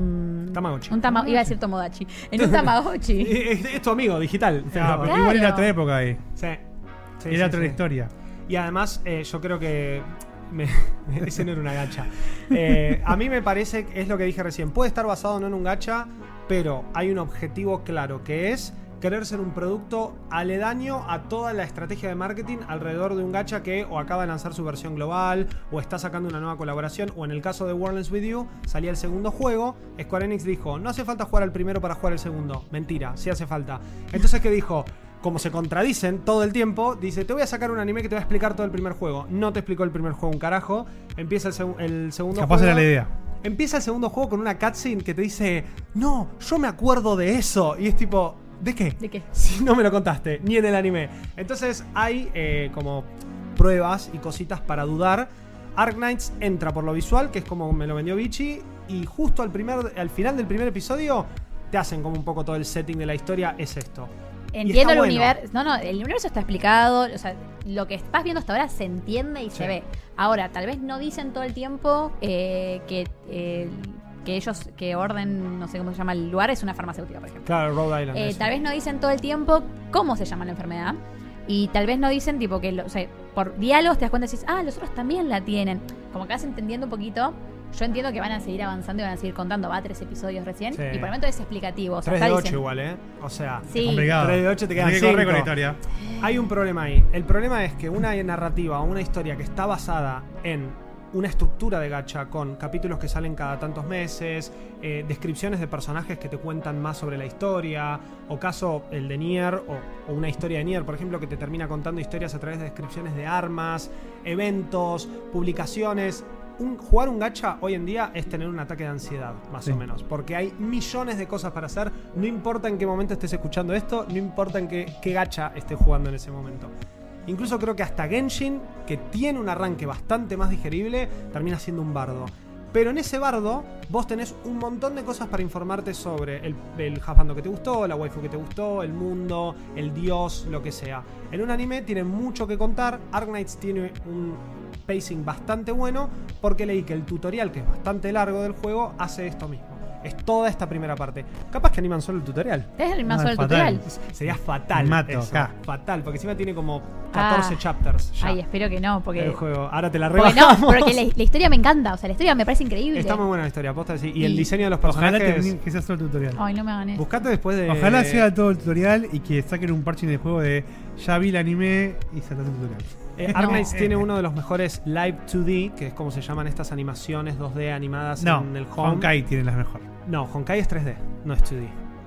un Tamagotchi. un tama- iba a decir Tomodachi, en un Tamagotchi. es, es tu amigo digital. Ah, Pero- pero igual era Claro. otra época ahí. Sí. Sí, Era sí, otra sí. historia. Y además, eh, yo creo que. me- ese no era una gacha. Eh, a mí me parece, que es lo que dije recién, puede estar basado no en un gacha, pero hay un objetivo claro que es querer ser un producto aledaño a toda la estrategia de marketing alrededor de un gacha que o acaba de lanzar su versión global o está sacando una nueva colaboración, o en el caso de Warlands With You salía el segundo juego. Square Enix dijo, no hace falta jugar al primero para jugar el segundo. Mentira, sí hace falta. Entonces, ¿qué dijo? Como se contradicen todo el tiempo, dice, te voy a sacar un anime que te va a explicar todo el primer juego. No te explicó el primer juego un carajo. Empieza el, seg- el segundo Capaz juego. era la idea. Empieza el segundo juego con una cutscene que te dice, no, yo me acuerdo de eso. Y es tipo, ¿de qué? ¿De qué? Si no me lo contaste, ni en el anime. Entonces hay eh, como pruebas y cositas para dudar. Arknights entra por lo visual, que es como me lo vendió Bichi, y justo al, primer, al final del primer episodio te hacen como un poco todo el setting de la historia, es esto. Y Entiendo está el bueno. universo. No, no, el universo está explicado. O sea, lo que estás viendo hasta ahora se entiende y Sí. se ve. Ahora, tal vez no dicen todo el tiempo eh, que, eh, que ellos, que Orden, no sé cómo se llama el lugar, es una farmacéutica, por ejemplo. Claro, Rhode Island. Eh, eso. tal vez no dicen todo el tiempo cómo se llama la enfermedad. Y tal vez no dicen, tipo, que lo- o sea, por diálogos te das cuenta y dices, ah, los otros también la tienen. Como que vas entendiendo un poquito. Yo entiendo que van a seguir avanzando y van a seguir contando. Va a tres episodios recién. Sí. Y por el momento es explicativo. O sea, tres está de ocho diciendo- igual, ¿eh? O sea, Sí. Complicado. tres de ocho te quedan Hay que correr cinco. con la historia. hay un problema ahí. El problema es que una narrativa o una historia que está basada en una estructura de gacha con capítulos que salen cada tantos meses, eh, descripciones de personajes que te cuentan más sobre la historia, o caso el de Nier, o, o una historia de Nier, por ejemplo, que te termina contando historias a través de descripciones de armas, eventos, publicaciones. Un, jugar un gacha hoy en día es tener un ataque de ansiedad, más Sí. o menos, porque hay millones de cosas para hacer, no importa en qué momento estés escuchando esto, no importa en qué, qué gacha estés jugando en ese momento. Incluso creo que hasta Genshin, que tiene un arranque bastante más digerible, termina siendo un bardo. Pero en ese bardo, vos tenés un montón de cosas para informarte sobre el, el husbando que te gustó, la waifu que te gustó, el mundo, el dios, lo que sea. En un anime tiene mucho que contar. Arknights tiene un pacing bastante bueno, porque leí que el tutorial, que es bastante largo del juego, hace esto mismo. Es toda esta primera parte. Capaz que animan solo el tutorial. ¿Tenés el más No, solo es el tutorial? fatal. Sería fatal. Me mato, eso. acá. Fatal, porque encima tiene como catorce Ah. chapters ya. Ay, espero que no, porque. el juego. Ahora te la Porque no, rebajamos. porque la, la historia me encanta. O sea, la historia me parece increíble. Está muy buena la historia, posta sí. Y, el Y- diseño de los Ojalá personajes. termine- que sea solo el tutorial. Ay, no me hagan eso. Buscate después de. Ojalá sea todo el tutorial y que saquen un parche en el juego de ya vi el anime y saltate el tutorial. Eh, No. Arknights tiene uno de los mejores Live dos D, que es como se llaman estas animaciones dos D animadas No, en el home. Honkai tiene las mejores. No, Honkai es tres D, no es dos D.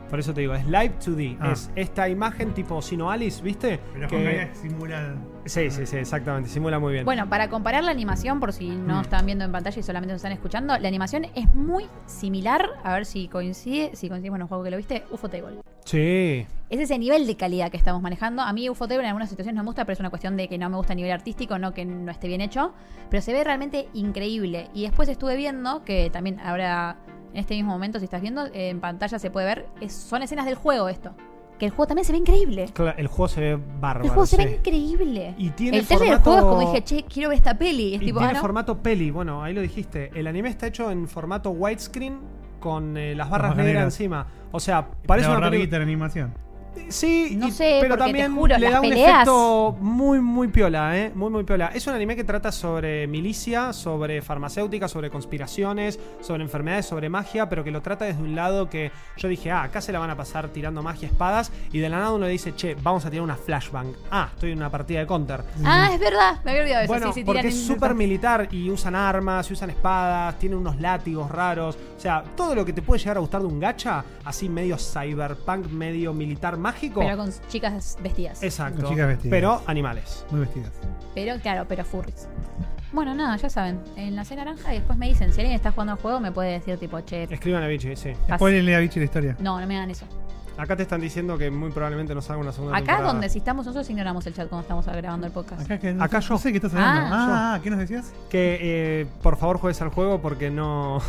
Por eso te digo, es Live two D. Ah. Es esta imagen tipo Sino Alice, ¿viste? Pero Que- con que simula. Sí, sí, sí, exactamente. Simula muy bien. Bueno, para comparar la animación, por si no Mm. están viendo en pantalla y solamente nos están escuchando, la animación es muy similar, a ver si coincide, si coincide con el juego que lo viste, Ufotable. Sí. Es ese nivel de calidad que estamos manejando. A mí Ufotable en algunas situaciones no me gusta, pero es una cuestión de que no me gusta a nivel artístico, no que no esté bien hecho. Pero se ve realmente increíble. Y después estuve viendo, que también ahora, en este mismo momento, si estás viendo, eh, en pantalla se puede ver, es- son escenas del juego esto. Que el juego también se ve increíble. Claro, el juego se ve bárbaro. El juego se sí. ve increíble. Y tiene el trailer del formato- juego es como dije, che, quiero ver esta peli. Es Y tipo, tiene ah, ¿no? formato peli. Bueno, ahí lo dijiste. El anime está hecho en formato widescreen con eh, las barras barras negras negras. encima. O sea, parece una ahorrar película. guita en animación. Sí, No y- sé, pero porque te también juro, le las da un peleas- efecto muy, muy piola, ¿eh? Muy, muy piola. Es un anime que trata sobre milicia, sobre farmacéutica, sobre conspiraciones, sobre enfermedades, sobre magia, pero que lo trata desde un lado que yo dije, ah, acá se la van a pasar tirando magia, espadas, y de la nada uno le dice, che, vamos a tirar una flashbang. Ah, estoy en una partida de Counter. Ah, es verdad, me había olvidado de eso. Bueno, sí, sí, porque tiran es en- súper militar y usan armas, y usan espadas, tienen unos látigos raros. O sea, todo lo que te puede llegar a gustar de un gacha, así medio cyberpunk, medio militar mágico. Pero con chicas vestidas. Exacto. Con chicas vestidas. Pero animales. Muy vestidas. Pero, claro, pero furries. Bueno, nada, ya saben. En la C naranja y después me dicen, si alguien está jugando al juego, me puede decir tipo, che, Escriban a Vichy, sí. pas- Spoilenle a Vichy la historia. no, no me hagan eso. Acá te están diciendo que muy probablemente nos salga una segunda Acá temporada. donde si estamos nosotros ignoramos el chat cuando estamos grabando el podcast. Acá, que no, Acá no yo. sé qué estás hablando. Ah, Ah, ¿qué nos decías? Que eh, por favor juegues al juego porque no...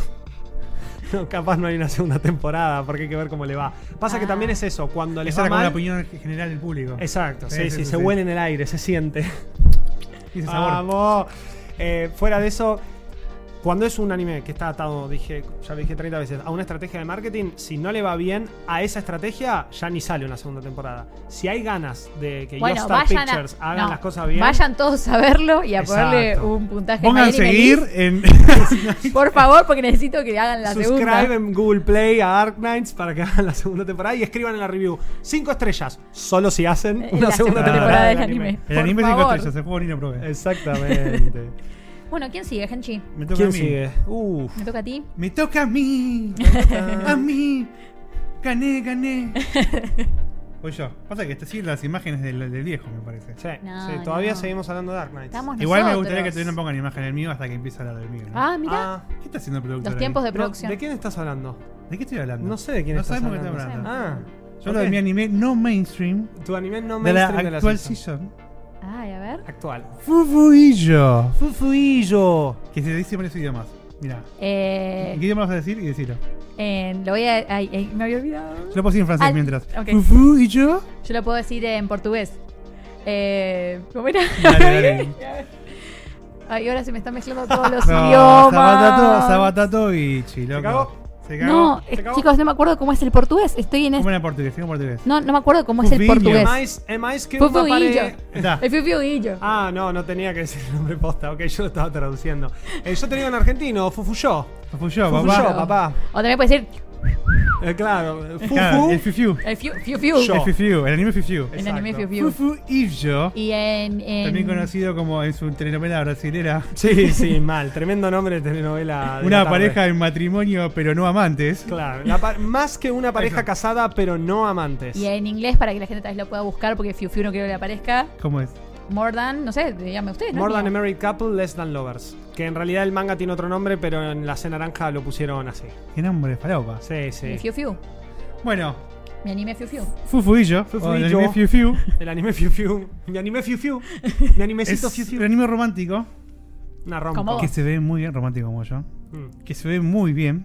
no, capaz no hay una segunda temporada, porque hay que ver cómo le va. Pasa que Ah. también es eso, cuando les Esa va era como mal... la opinión general del público. Exacto, sí, Sí, sí, sí, sí, se sí. huele en el aire, se siente. Y ese sabor. Vamos. Eh, fuera de eso, cuando es un anime que está atado, dije, ya lo dije treinta veces, a una estrategia de marketing, si no le va bien a esa estrategia, ya ni sale una segunda temporada. Si hay ganas de que Bueno, Yogstar vayan Pictures a, hagan no, las cosas bien, vayan todos a verlo y a Exacto. ponerle un puntaje. Pongan en seguir Anime en. Por favor, porque necesito que hagan la subscribe segunda. en Google Play a Ark Knights para que hagan la segunda temporada y escriban en la review cinco estrellas, solo si hacen En una la segunda segunda temporada del del anime. anime. El Por anime es cinco favor. estrellas, el juego ni lo probé. Exactamente. Bueno, ¿quién sigue, Genchi? Me toca a ¿Quién mí. sigue? Uf. ¿Me toca a ti? Me toca a mí. A mí. Gané, gané. Voy yo. Pasa que te siguen las imágenes del, del viejo, me parece. Sí, No, sí, todavía no. seguimos hablando de Dark Knights. Estamos Igual me nosotros. gustaría que todavía no pongan imagen del mío hasta que empiece a hablar del mío. ¿no? Ah, mira. Ah, ¿Qué está haciendo el productor? Los ahí? tiempos de no, producción. ¿de quién estás hablando? ¿De qué estoy hablando? No sé de quién No estás sabemos de qué hablando. estoy hablando. Ah, Yo lo ok. de mi anime no mainstream Tu anime no de la mainstream de la actual season. season. Ay, a ver. Actual. Fufuillo. Fufuillo. Que se dice varios idiomas. Mira. Eh, ¿En qué idioma vas a decir? Y decirlo. eh, lo voy a. Ay, ay, me había olvidado. Yo lo puedo decir en francés Ah, mientras. ok. Fufuillo. Yo lo puedo decir en portugués. Eh, ¿Cómo era? Dale, dale. Ay, ahora se me están mezclando todos los No, idiomas. Sabatato, Sabatato y Chiloco. ¿Se cagó? Se cagó. No, ¿Se eh, cagó? chicos, no me acuerdo cómo es el portugués. Estoy en ¿Cómo este. era en portugués? ¿Cómo en portugués? No, no me acuerdo cómo es el Fubillo. portugués. É mais, é mais que uma Fufuillo. pare... Está. El fiu fiuillo. Ah, no, no tenía que decir el nombre posta. Ok, yo lo estaba traduciendo. Eh, yo te digo en argentino, Fufuyó. Fufuillo, Fufuyó, papá. papá. O también puede decir Eh, claro, Fufu. Claro, el Fifiu. el fiu fiu fiu. Yo. El Fifiu, el anime Fifiu. En anime fiu Exacto. fiu. Fufuillo. Y en, en- También conocido como en su telenovela brasilera. Sí, sí, mal. Tremendo nombre de telenovela. de Una la tarde. pareja en matrimonio, pero no amantes. Claro, la pa- más que una pareja Eso. casada, pero no amantes. Y en inglés para que la gente tal vez lo pueda buscar porque fiu fiu no quiero que le aparezca. ¿Cómo es? More than, no sé, dígame ustedes, ¿no? More than a Mío. married couple, less than lovers. Que en realidad el manga tiene otro nombre, pero en la C naranja lo pusieron así. ¿Qué nombre? Falopa. Sí, Mi sí. fiu fiu. Bueno, Mi anime fiu fiu. Fufuillo. Fufuillo. O el anime Fifiu. El anime Fiu Fiu. Mi anime Fiu Fiu. Mi animecito Fiu Es Fiu. un anime romántico Una rompa. ¿Cómo? que se ve muy bien, romántico como yo. Mm. Que se ve muy bien.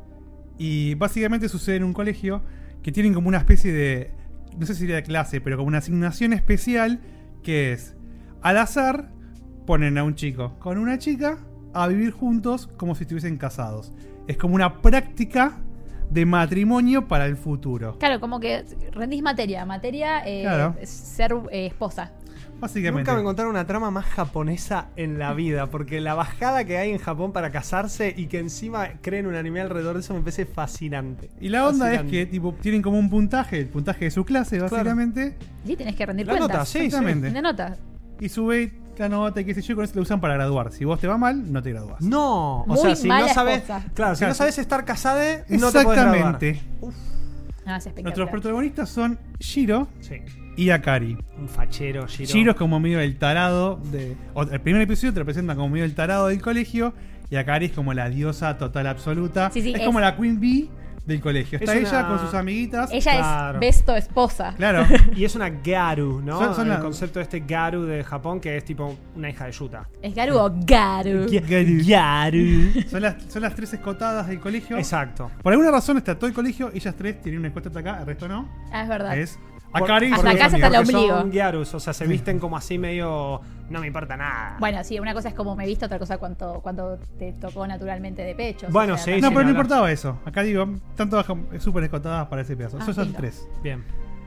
Y básicamente sucede en un colegio que tienen como una especie de, no sé si sería de clase, pero como una asignación especial que es, al azar, ponen a un chico con una chica a vivir juntos como si estuviesen casados. Es como una práctica de matrimonio para el futuro. Claro, como que rendís materia. Materia, eh, Claro. ser eh, esposa. Básicamente. Nunca me encontraron una trama más japonesa en la vida, porque la bajada que hay en Japón para casarse y que encima creen un anime alrededor de eso me parece fascinante. Y la onda Fascinante. es que tipo tienen como un puntaje, el puntaje de su clase, básicamente. Sí, tenés que rendir La cuentas. nota, sí, sí. Exactamente. Una nota. Y sube la nota y qué sé yo, con eso lo usan para graduar. Si vos te va mal, no te gradúas. No, o Muy sea, si no mala sabes, esposa. claro, si Claro. no sabes estar casada, no te podés graduar. Exactamente. Ah, es espectacular. Nuestros protagonistas son Shiro Sí. y Akari. Un fachero, Shiro. Shiro es como medio el tarado de. O, el primer episodio te lo presentan como medio el tarado del colegio. Y Akari es como la diosa total absoluta. Sí, sí, es, es- como la Queen Bee del colegio. Está Es ella una- con sus amiguitas. Ella Claro. es besto esposa. Claro. Y es una Garu, ¿no? Son- son el la- concepto de este Garu de Japón, que es tipo una hija de Yuta. ¿Es Garu o Garu? Garu. Garu. Son las, son las tres escotadas del colegio. Exacto. Por alguna razón está todo el colegio. Ellas tres tienen una escota hasta acá, el resto no. Ah, es verdad. Es Akari y Hasta sus acá se amigas. está el Porque ombligo. son Garus, o sea, se visten como así medio. No me importa nada. Bueno, sí, una cosa es como me he visto, otra cosa cuando, cuando te tocó naturalmente de pecho. Bueno, sí, No, sí, pero no ni importaba eso. Acá digo, están todas como súper escotadas para ese pedazo. Ah, Son esas lindo. tres. Bien.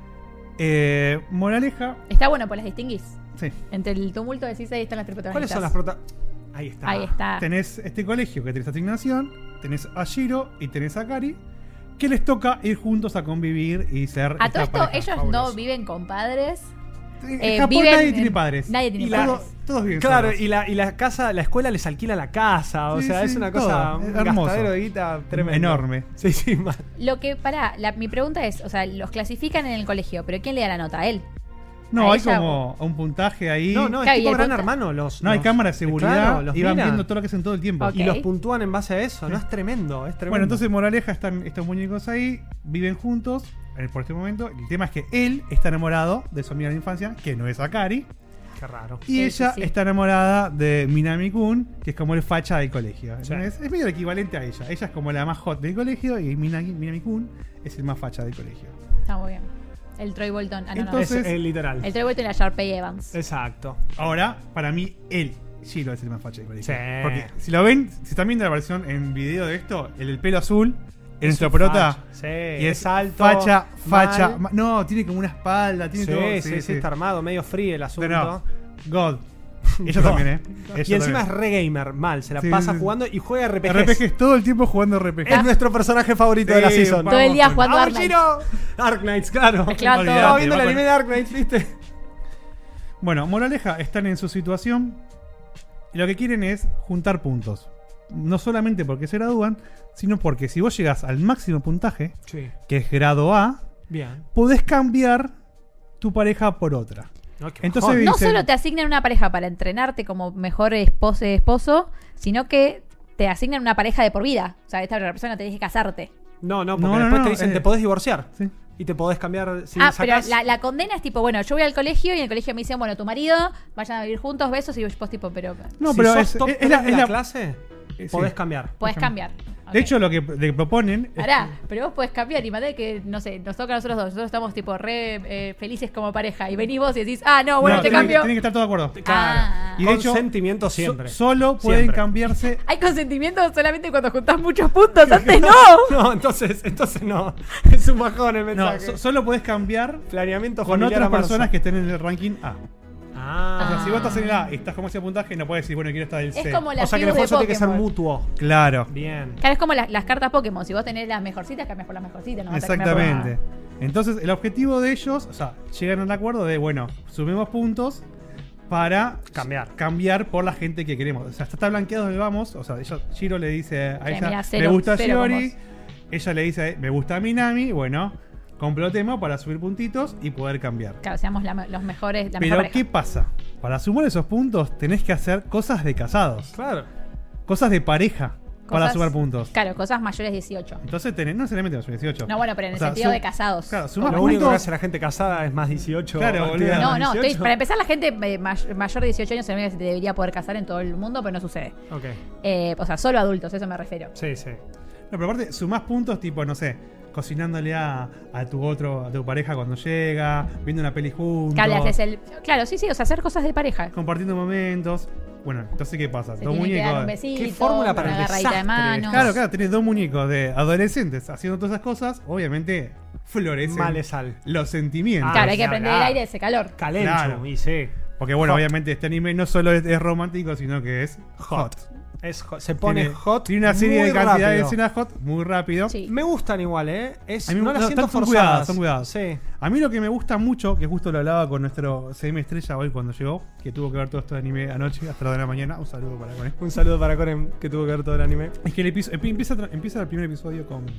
Eh, moraleja. Está bueno, pues las distinguís. Sí. Entre el tumulto decís ahí están las tres ¿Cuáles protagonistas. son las prota? Ahí está. Ahí está. Tenés este colegio que tenés asignación. Tenés a Shiro y tenés a Akari. Que les toca ir juntos a convivir y ser. A esta todo esto, pareja ellos fabulosa. no viven con padres. En eh, Japón viven nadie en- tiene padres. nadie tiene Y la- padres. todos viven Claro, solos. y la, y la casa, la escuela les alquila la casa. O Sí, sea, sí, es una todo. cosa. Es Un hermoso. gastadero de guita tremendo. Enorme. Sí, sí, mal. Lo que, pará, la- mi pregunta es, o sea, los clasifican en el colegio, pero ¿quién le da la nota? ¿A él? No, a hay ella como un puntaje ahí. No, no, es Claro, y tipo el gran punta- hermano. Los, No, hay los- cámaras de seguridad. Claro, los y van miran. viendo todo lo que hacen todo el tiempo. Ok. Y los puntúan en base a eso, ¿no? Es tremendo, es tremendo. Bueno, entonces moraleja, están estos muñecos ahí, viven juntos eh, por este momento. El tema es que él está enamorado de su amiga de la infancia, que no es Akari. Qué raro. Y Sí, ella sí, sí. está enamorada de Minami-kun, que es como el facha del colegio. Sí. ¿Entendés? Es medio el equivalente a ella. Ella es como la más hot del colegio y Minami- Minami-kun es el más facha del colegio. Está muy bien. El Troy Bolton. Ah, no, Entonces- Es Entonces- eh, literal. no. El Troy Bolton y la Sharpay Evans. Exacto. Ahora, para mí, él, Shiro, es el más facha del colegio. Sí. Porque si lo ven, si están viendo la versión en video de esto, el del pelo azul, en Es nuestro un prota. facha. Sí, Y es, es alto, Facha, facha. mal. ma- No, tiene como una espalda, tiene Sí, todo. sí, sí, está armado, medio frío el asunto. No, no. God. Ella God. también, ¿eh? Ella Y encima es también. re gamer, mal. Se la Sí, pasa sí, sí. jugando y juega R P Gs. R P Gs todo el tiempo jugando R P Gs. Es nuestro personaje favorito Sí, de la season. Todo el día vamos, jugando ¡Vamos, Ark Knight. Shiro! Ark Knights, claro. Mezclaban todo. Olvidate, Estaba viendo el va a anime de Ark Knights, ¿viste? Bueno, moraleja, están en su situación y lo que quieren es juntar puntos. No solamente porque se gradúan, sino porque si vos llegás al máximo puntaje, Sí. que es grado A, Bien. podés cambiar tu pareja por otra. No, qué Entonces bajón. No dicen- solo te asignan una pareja para entrenarte como mejor esposo, esposo, sino que te asignan una pareja de por vida. O sea, esta persona tenés que casarte. No, no, porque No, no, después no, te dicen eh, te podés divorciar. Sí. Y te podés cambiar. Si ah, sacás- pero la, la condena es tipo, bueno, yo voy al colegio y en el colegio me dicen, bueno, tu marido, vayan a vivir juntos, besos, y vos tipo, pero No, si pero sos es, top es tres la, de es la la- clase, eh, podés sí. cambiar. podés Por cambiar. De Ok. hecho, lo que, lo que proponen. es Pará, pero vos podés cambiar. Imagínate que, no sé, nos toca a nosotros dos. Nosotros estamos tipo re eh, felices como pareja. Y venís vos y decís, ah, no, bueno, no, te tienen, cambio. tienen que estar todos de acuerdo. Ah. Y de hecho, Consentimiento so- siempre. solo pueden Siempre. cambiarse. Hay consentimiento solamente cuando juntás muchos puntos. Antes no. No, entonces, entonces no. Es un bajón el No, mensaje. so- solo podés cambiar Planeamiento con familiar otras a marzo. personas que estén en el ranking A. Ah. O sea, si vos estás en el A y estás como ese puntaje, no puedes decir, bueno, quiero estar en el C. Es como O las sea que el tribus de esfuerzo tiene que ser Pokémon. mutuo. Claro. Bien. Claro, es como las, las cartas Pokémon. Si vos tenés las mejorcitas, cambias por las mejorcitas. No vas a cambiar por- Exactamente. Entonces, el objetivo de ellos, o sea, llegan al acuerdo de, bueno, sumemos puntos para Cambiar. cambiar por la gente que queremos. O sea, está blanqueado donde vamos. O sea, ella, Shiro le dice a Sí, ella, mira, cero- me gusta cero con Shiori. vos. Ella le dice, me gusta Minami. Bueno, complotemos para subir puntitos y poder cambiar. Claro, seamos la me- los mejores, la Pero, mejor ¿qué pareja. pasa? Para sumar esos puntos, tenés que hacer cosas de casados. Claro. Cosas de pareja para Cosas- sumar puntos. Claro, cosas mayores de dieciocho. Entonces, tenés, no necesariamente los dieciocho. No, bueno, pero en O el sea, sentido sum- de casados. Claro, sumás Lo único que puntos. hace la gente casada es más dieciocho. Claro, antes olvidate. de No, los no, estoy- dieciocho. para empezar la gente eh, may- mayor de dieciocho años se me se debería poder casar en todo el mundo, pero no sucede. Ok. Eh, o sea, solo adultos, eso me refiero. Sí, sí. No, pero aparte, sumás puntos tipo, no sé, cocinándole a, a tu otro, a tu pareja cuando llega, viendo una peli juntos, Claro, le haces el... claro, sí, sí, o sea, hacer cosas de pareja. compartiendo momentos. Bueno, entonces, ¿qué pasa? Se Dos tienen que dar un muñecos. besito, Qué fórmula para una el agarradita de desastre. mano. Claro, claro, tenés dos muñecos de adolescentes haciendo todas esas cosas. Obviamente, florecen Malesal. los sentimientos. Claro, hay que Ah, prender claro. el aire, ese calor. Calencho. Claro. Y sí. Porque, bueno, Hot. obviamente, este anime no solo es, es romántico, sino que es hot. Es hot. Se pone tiene, hot. Tiene una serie muy de cantidad de rápido. escenas hot muy rápido. Sí. Me gustan igual, ¿eh? Es, A mí no me- las no, siento están- son forzadas. cuidadas, son cuidadas. Sí. A mí lo que me gusta mucho, que justo lo hablaba con nuestro C M Estrella hoy cuando llegó, que tuvo que ver todo esto de anime anoche hasta las de la mañana. Un saludo para con él. Un saludo para Coren, que tuvo que ver todo el anime. Es que el episodio empieza, tra- empieza el primer episodio con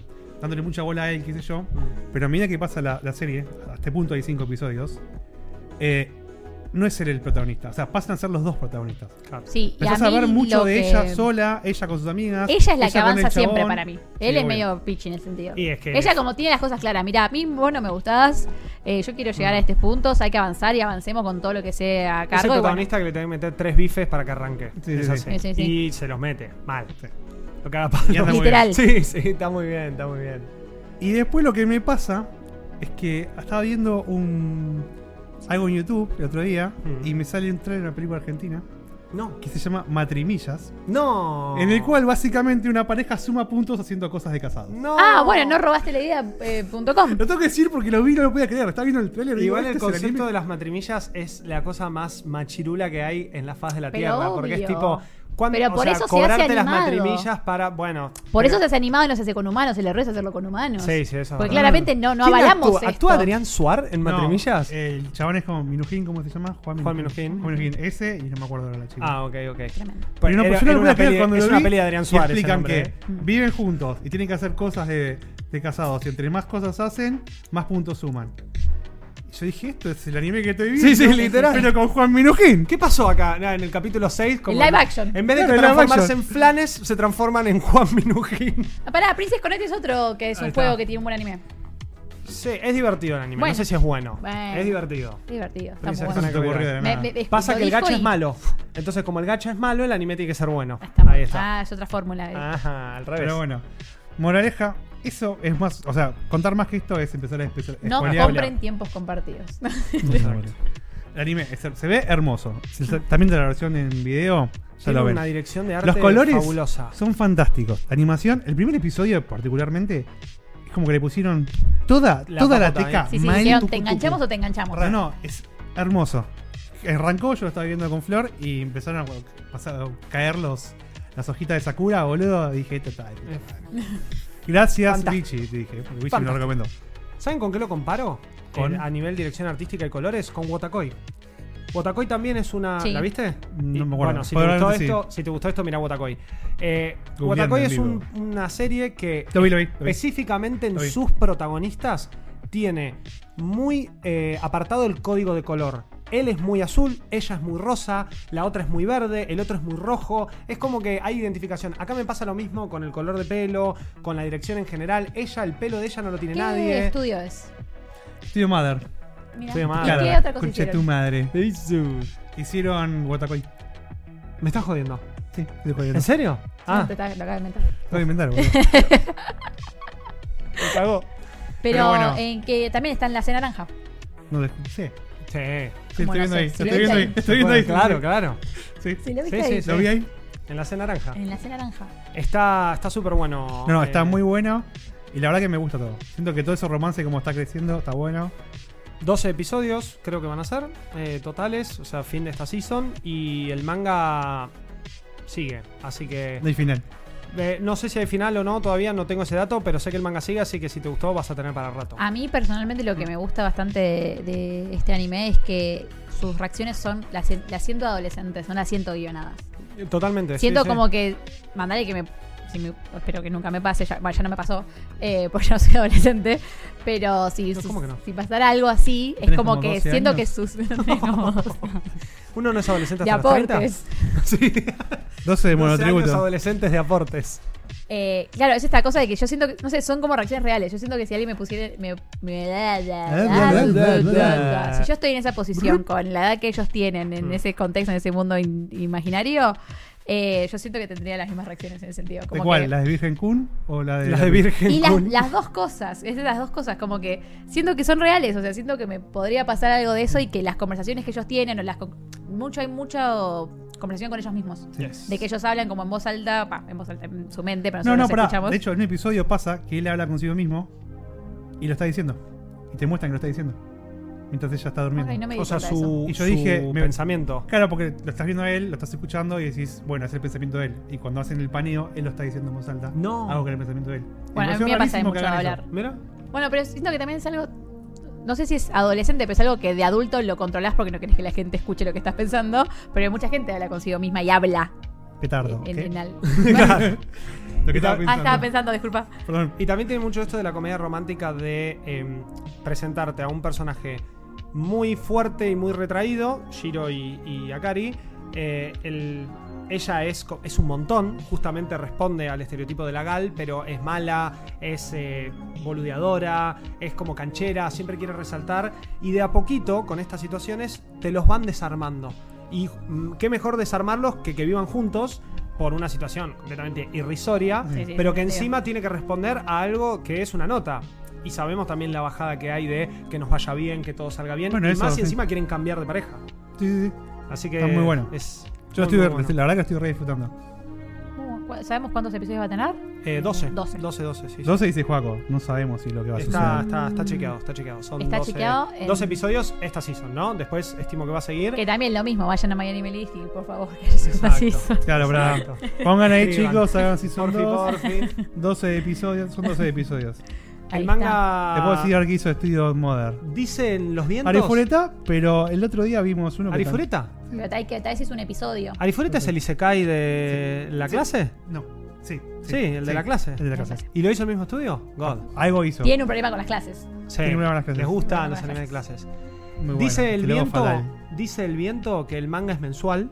dándole mucha bola a él, qué sé yo. Pero a medida que pasa la, la serie, a este punto hay cinco episodios, eh, no es él el protagonista. O sea, pasan a ser los dos protagonistas. Claro. Sí, y Empezás a, a, mí ver mucho lo de que- ella sola, ella con sus amigas. Ella es la que con avanza el siempre chabón. para mí. Sí, Él es obvio. medio pitch en ese sentido. Y es que- Ella como tiene las cosas claras. Mira, a mí vos no me gustás. eh, yo quiero llegar a estos puntos. Hay que avanzar y avancemos con todo lo que sea a Es el cargo. y bueno, protagonista que le tiene que meter tres bifes para que arranque. Sí, es sí, así. sí. Sí, sí, sí. Y se los mete. Mal. Sí. Lo caga palo. Y anda muy Literal. Sí, sí, está muy bien, está muy bien. Y después lo que me pasa es que estaba viendo un algo en YouTube el otro día Mm. y me sale un trailer de una película argentina No. que se llama Matrimillas, No. en el cual básicamente una pareja suma puntos haciendo cosas de casados. No. Ah, bueno, no robaste la idea eh, punto com. Lo tengo que decir porque lo vi y no lo podía creer. Estaba viendo el trailer y digo, Igual el ¿este es concepto anime? de las matrimillas es la cosa más machirula que hay en la faz de la Pero tierra. Porque es obvio. tipo. ¿cuándo- Pero o por sea, eso se cobrarte hace las animado. matrimillas para. Bueno. Por pero- eso se hace animado y no se hace con humanos. El error es hacerlo con humanos. Sí, sí, eso es Porque verdad. claramente no, no ¿Quién avalamos actúa? esto. ¿Actúa Adrián Suar en No, matrimillas? el chabón es como Minujín, ¿cómo se llama? Juan Minujín. Juan Minujín, ese y no me acuerdo ahora la chica. Ah, ok, ok. Tremendo. Pero no, Era- pues yo no era lo una podía creer peli- cuando es lo una vi peli de Adrián y Suárez. ese explican nombre, que eh. viven juntos y tienen que hacer cosas de, de casados. Y entre más cosas hacen, más puntos suman. Y yo dije, esto es el anime que estoy viendo. Sí, sí, literal. Pero con Juan Minujín. ¿Qué pasó acá? Nada, en el capítulo seis. Como En live action. En vez de Claro, que en live transformarse action. en flanes, se transforman en Juan Minujín. Ah, pará, Princess Connect es otro que es Ahí un está. juego que tiene un buen anime. Sí, es divertido el anime. Bueno. No sé si es bueno. Bueno. Es divertido. Es divertido. Está Princess muy Eso se bueno. te ocurrió de Me- nada. me- me- Pasa lo que el dijo gacha y- es malo. Entonces, como el gacha es malo, el anime tiene que ser bueno. Está Ahí mal. está. Ah, es otra fórmula. eh. Ajá, al revés. Pero bueno, moraleja, eso es más. O sea, contar más que esto es empezar a especial. No spoilear. compren tiempos compartidos. Exacto. El anime es- se ve hermoso. Si se- También de la versión en video, ya Tiene lo ven. una dirección de arte Los colores fabulosa. son fantásticos. La animación, el primer episodio particularmente, es como que le pusieron toda La toda la papota, teca. ¿eh? Sí, sí, mal. dijeron, tucu, ¿te tucu. enganchamos o te enganchamos? No, no, es hermoso. Arrancó, yo lo estaba viendo con Flor y empezaron a, pasar, a caer los, las hojitas de Sakura, boludo. Dije, total. Gracias, Fantástico. Vichy, te dije. Porque Vichy me lo Fantástico. recomendó. ¿Saben con qué lo comparo? ¿Con? Eh, a nivel dirección artística y colores, con Wotakoi. Wotakoi también es una. Sí. ¿La viste? No Y, me acuerdo. Bueno, si te, gustó Probablemente esto, si te gustó esto, mira Wotakoi. Eh, Googleando Wotakoi en es un- vivo. una serie que Lo vi, lo vi. Lo vi. específicamente en Lo vi. sus protagonistas tiene muy eh, apartado el código de color. Él es muy azul, ella es muy rosa, la otra es muy verde, el otro es muy rojo. Es como que hay identificación. Acá me pasa lo mismo con el color de pelo, con la dirección en general. Ella, el pelo de ella no lo tiene ¿Qué nadie. estudio es? Studio Mother. Mira. Estudio ¿Y Mother. qué otra cosa Concha tu hicieron? madre. Hicieron Watakoi. Me estás jodiendo. Sí, estoy jodiendo. ¿En serio? No, Ah, te está- lo acabo de inventar. Lo voy a inventar, boludo. me cagó. Pero, Pero bueno. en que también está en la C naranja. No, de- sí. Sí. Sí, ¿Cómo estoy no viendo sé? ahí. Si Estoy lo viendo viste ahí. ahí. Estoy viendo ahí. Claro, claro. Sí. ¿Sí lo viste Sí, ahí? sí, sí. Lo vi ahí. En la C naranja. En la C naranja. Está está súper bueno. No, no, eh, está muy bueno. Y la verdad que me gusta todo. Siento que todo ese romance como está creciendo está bueno. doce episodios, creo que van a ser, eh, totales, o sea, fin de esta season. Y el manga sigue, así que... No hay final. eh, no sé si hay final o no, todavía no tengo ese dato, pero sé que el manga sigue, así que si te gustó vas a tener para rato. A mí personalmente lo que me gusta bastante de, de este anime es que sus reacciones son, las, las siento adolescentes, no las siento guionadas. Eh, Totalmente. Siento sí, sí. como que, mandale que me, si me- espero que nunca me pase, ya, bueno, ya no me pasó, eh, porque yo no soy adolescente, pero si, No, si, ¿cómo que no? si pasara algo así, es ¿Tenés como como que doce siento años? que sus... tenés como doce. Uno no es adolescente de hasta los treinta. aportes. Sí. doce de doce años monotributo. adolescentes de aportes. Eh, claro, es esta cosa de que yo siento que, no sé, son como reacciones reales. Yo siento que si alguien me pusiera. Me, me- bla, bla, bla, bla. si yo estoy en esa posición, con la edad que ellos tienen, en Mm. ese contexto, en ese mundo in- imaginario, eh, yo siento que tendría las mismas reacciones en ese sentido. ¿De Como cuál? que- ¿La de Virgen Kun o la de La de Virgen y las, Kun. las dos cosas, es de las dos cosas, como que siento que son reales, o sea, siento que me podría pasar algo de eso y que las conversaciones que ellos tienen, o las con- mucho hay mucha conversación con ellos mismos. Yes. De que ellos hablan como en voz alta, pa, en voz alta en su mente, pero No, nosotros no, los pará. escuchamos. De hecho, en un episodio pasa que él habla consigo mismo y lo está diciendo. Y te muestran que lo está diciendo. Mientras ella está durmiendo. Ok, no me di O sea, cuenta de eso. su, Y yo su dije, me- pensamiento. Claro, porque lo estás viendo a él, lo estás escuchando y decís, bueno, es el pensamiento de él. Y cuando hacen el paneo, él lo está diciendo en voz alta. No. Algo que es el pensamiento de él. Bueno, a pareció mí me pasa de rarísimo mucho que hagan hablar. eso. Mira. Bueno, pero siento que también es algo. No sé si es adolescente, pero es algo que de adulto lo controlás porque no querés que la gente escuche lo que estás pensando. Pero mucha gente habla consigo misma y habla Petardo. en, ¿qué? en al- Claro. Lo que Y estaba ta- Ah, pensando. estaba pensando, disculpa. Perdón. Y también tiene mucho esto de la comedia romántica de eh, presentarte a un personaje muy fuerte y muy retraído, Shiro y, y Akari. Eh, el- ella es, co- es un montón, justamente responde al estereotipo de la gal, pero es mala, es eh, boludeadora, es como canchera, siempre quiere resaltar. Y de a poquito, con estas situaciones, te los van desarmando. Y mm, qué mejor desarmarlos que que vivan juntos por una situación completamente irrisoria, Sí, sí, pero que sí, encima tiene que responder a algo que es una nota. Y sabemos también la bajada que hay de que nos vaya bien, que todo salga bien. Bueno, y eso, más si sí. encima quieren cambiar de pareja. Sí, sí, sí. Así que Está muy bueno. es Yo muy, estoy, muy re- bueno. la verdad que estoy re disfrutando. Uh, ¿cu- ¿Sabemos cuántos episodios va a tener? Eh, doce. doce. doce, doce, sí. sí. doce dice Juaco. No sabemos si lo que va a Está, suceder. está, está chequeado, está chequeado. Son Está doce, chequeado en- doce episodios esta season, ¿no? Después estimo que va a seguir. Que también lo mismo, vayan a Miami Melist y por favor, que es una Exacto. season. Claro, para. Exacto. Pongan ahí, Escriban. chicos, hagan si son Porfi, dos. porfi. doce episodios. Son doce episodios. Ahí El está. manga. Te puedo decir que hizo Estudio Modern. Dicen los vientos. Arifureta, pero el otro día vimos uno que. ¿Arifureta? Pero tal, que, tal vez es un episodio. ¿Arifureta es el Isekai de la Sí. clase? No, sí. Sí, el de la clase. El de la clase. ¿Y lo hizo el mismo estudio? God. Algo hizo. Tiene un problema con las clases. Sí. Tiene una buena clase. Les gustan Tiene los una buena animes de clases. Muy bueno. Dice el Que luego viento. fatal. Dice el viento que el manga es mensual.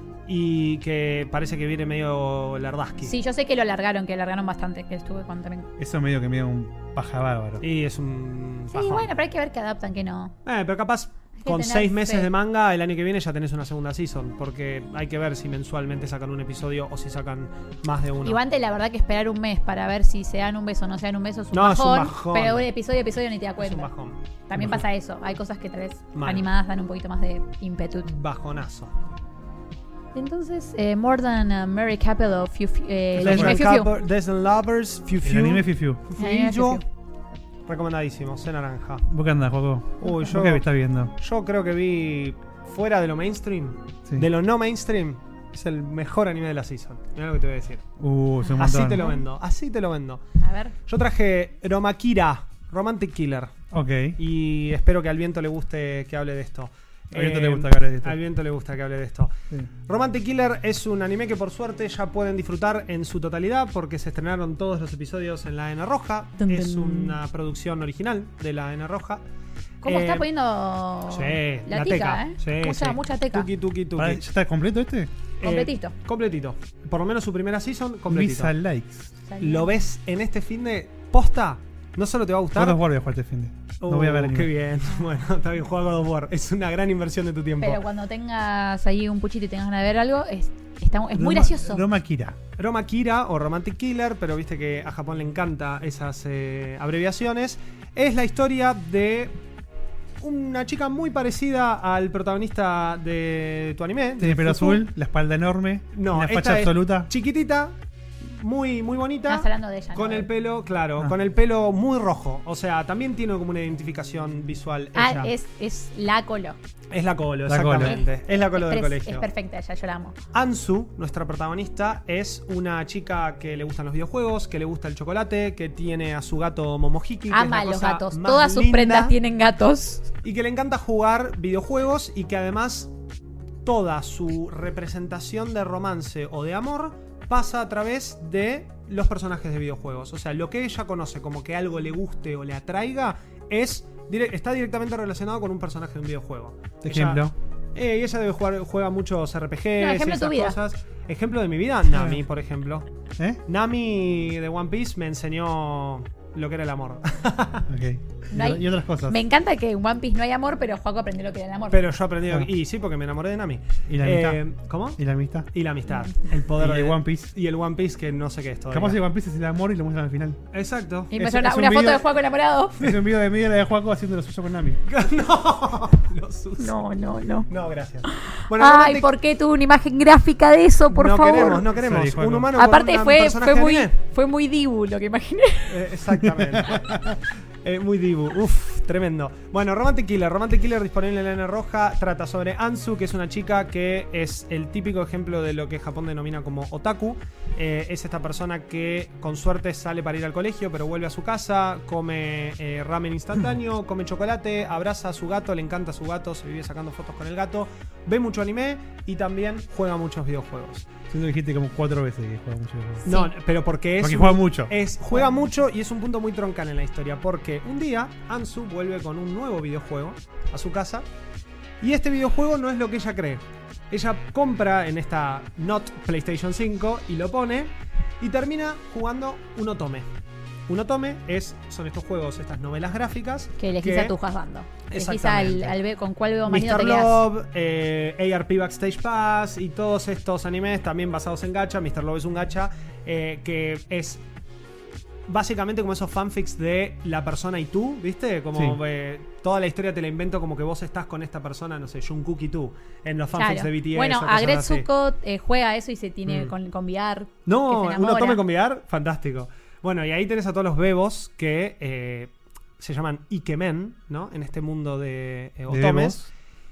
Y que parece que viene medio lardaski. Sí, yo sé que lo alargaron, que alargaron bastante, que estuve con también. Eso medio que me da un paja bárbaro. Y es un. Sí, bajón. bueno, pero hay que ver que adaptan, que no. Eh, pero capaz que con tener seis meses fe. de manga, el año que viene ya tenés una segunda season. Porque hay que ver si mensualmente sacan un episodio o si sacan más de uno. Y antes, la verdad, que esperar un mes para ver si se dan un beso o no se dan un beso es un, No, es un bajón, bajón. Pero un episodio a episodio ni te das es cuenta. un bajón. También Un pasa eso. Hay cosas que tal vez Mal. animadas dan un poquito más de ímpetu. Bajonazo. Entonces, eh, More Than a Mary Capel o Fiu, Fiu- eh, el Eso anime fue. Fiu Fiu. Couple, Desert Lovers, Fiu El Fiu. anime Fifiu. El anime Fiu Fiu. Fiu. Recomendadísimo, C naranja. ¿Vos qué andás, Juaco? Uy, ¿Vos yo- qué estás viendo? Yo creo que vi fuera de lo mainstream, Sí. de lo no mainstream, es el mejor anime de la season. Mira lo que te voy a decir. Uh, es un Así montón. te lo vendo, así te lo vendo. A ver. Yo traje Romakira, Romantic Killer. Ok. Y espero que al viento le guste que hable de esto. Al viento Eh, le gusta que hable de esto. Al viento le gusta que hable de esto. Sí. Romantic Killer es un anime que por suerte ya pueden disfrutar en su totalidad porque se estrenaron todos los episodios en la N Roja. Dun, Es dun. una producción original de la N Roja. ¿Cómo Eh, está poniendo Sí, la, tica, teca. eh? Sí, mucha, sí. mucha teca. Tuki, tuki, tuki. Pará, ¿ya está completo este? Eh, Completito. completito. Por lo menos su primera season, completito. Misa likes. Lo ves en este fin de posta. No solo te va a gustar. God of War voy a jugar este fin de. No voy a ver Uh, anime. Qué bien. Bueno, está bien, juega God of War. Es una gran inversión de tu tiempo. Pero cuando tengas ahí un puchito y tengas ganas de ver algo, es, está, es muy Roma- gracioso. Roma Kira. Roma Kira o Romantic Killer, pero viste que a Japón le encanta esas eh, abreviaciones. Es la historia de una chica muy parecida al protagonista de tu anime. Tiene de pelo Fufu. azul, la espalda enorme, No, una esta facha es absoluta. Chiquitita, muy, muy bonita. Estás hablando de ella, ¿no? Con el pelo, claro, Ah. con el pelo muy rojo. O sea, también tiene como una identificación visual. Ah, ella. es, es la colo. Es la colo, La colo. exactamente. Es, la colo es del pres- colegio. Es perfecta ella, yo la amo. Ansu, nuestra protagonista, es una chica que le gustan los videojuegos, que le gusta el chocolate, que tiene a su gato Momohiki. que Ama es a la los cosa gatos. más Todas sus linda, prendas tienen gatos. y que le encanta jugar videojuegos y que además toda su representación de romance o de amor pasa a través de los personajes de videojuegos. O sea, lo que ella conoce como que algo le guste o le atraiga es dire- está directamente relacionado con un personaje de un videojuego. Ella- Ejemplo. eh, y ella debe jugar, juega muchos R P Gs No, ejemplo y de esas tu vida. cosas. Ejemplo de mi vida, Nami, por ejemplo. ¿Eh? Nami de One Piece me enseñó lo que era el amor. Ok. No hay- Y otras cosas. Me encanta que en One Piece no hay amor, pero Juaco aprendió lo que era el amor. Pero yo aprendí. Ah. Y sí, porque me enamoré de Nami. ¿Y la Eh, amistad? ¿Cómo? ¿Y la amistad? Y la amistad. El poder Y de el One Piece. Y el One Piece que no sé qué es todavía. Capaz el One Piece es el amor y lo muestran al final. Exacto. y es- me suena es un una foto video- de Juaco enamorado. Es un video de Miguel de Juaco haciendo lo suyo con Nami. no, lo sucio. No, no, no. No, gracias. Bueno, Ay, Romantic- ¿por qué tuvo una imagen gráfica de eso, por no favor? queremos, no queremos. Sorry, Juaco. Un humano Aparte con un fue, personaje fue de muy anime. fue muy dibu lo que imaginé. Eh, exactamente. Eh, muy dibu. Uf, Tremendo. Bueno, Romantic Killer. Romantic Killer disponible en la N roja. Trata sobre Ansu, que es una chica que es el típico ejemplo de lo que Japón denomina como otaku. Eh, es esta persona que con suerte sale para ir al colegio, pero vuelve a su casa, come eh, ramen instantáneo, come chocolate, abraza a su gato, le encanta a su gato, se vive sacando fotos con el gato, ve mucho anime y también juega muchos videojuegos. Siento que dijiste como cuatro veces que juega mucho. Sí. No, pero porque es. Porque un- juega mucho. Es, juega mucho y es un punto muy troncal en la historia. Porque un día Ansu vuelve con un nuevo videojuego a su casa. Y este videojuego no es lo que ella cree. Ella compra en esta Not PlayStation cinco y lo pone. Y termina jugando un otome. Un otome es, son estos juegos, estas novelas gráficas. Que elegís a tu husband. Elegís al, Exactamente. al ve- con cuál veo manido te mister quedas. Love, eh, A R P Backstage Pass y todos estos animes también basados en gacha. mister Love es un gacha eh, que es básicamente como esos fanfics de la persona y tú, ¿viste? Como Sí. eh, toda la historia te la invento como que vos estás con esta persona, no sé, Jungkook y tú, en los fanfics Claro. de B T S. Bueno, o cosas así. Agretsuko eh, juega eso y se tiene Mm. con, con V R. No, que se uno enamora. tome con V R, fantástico. Bueno, y ahí tenés a todos los bebos que eh, se llaman Ikemen, ¿no? En este mundo de eh, De otomes. bebos.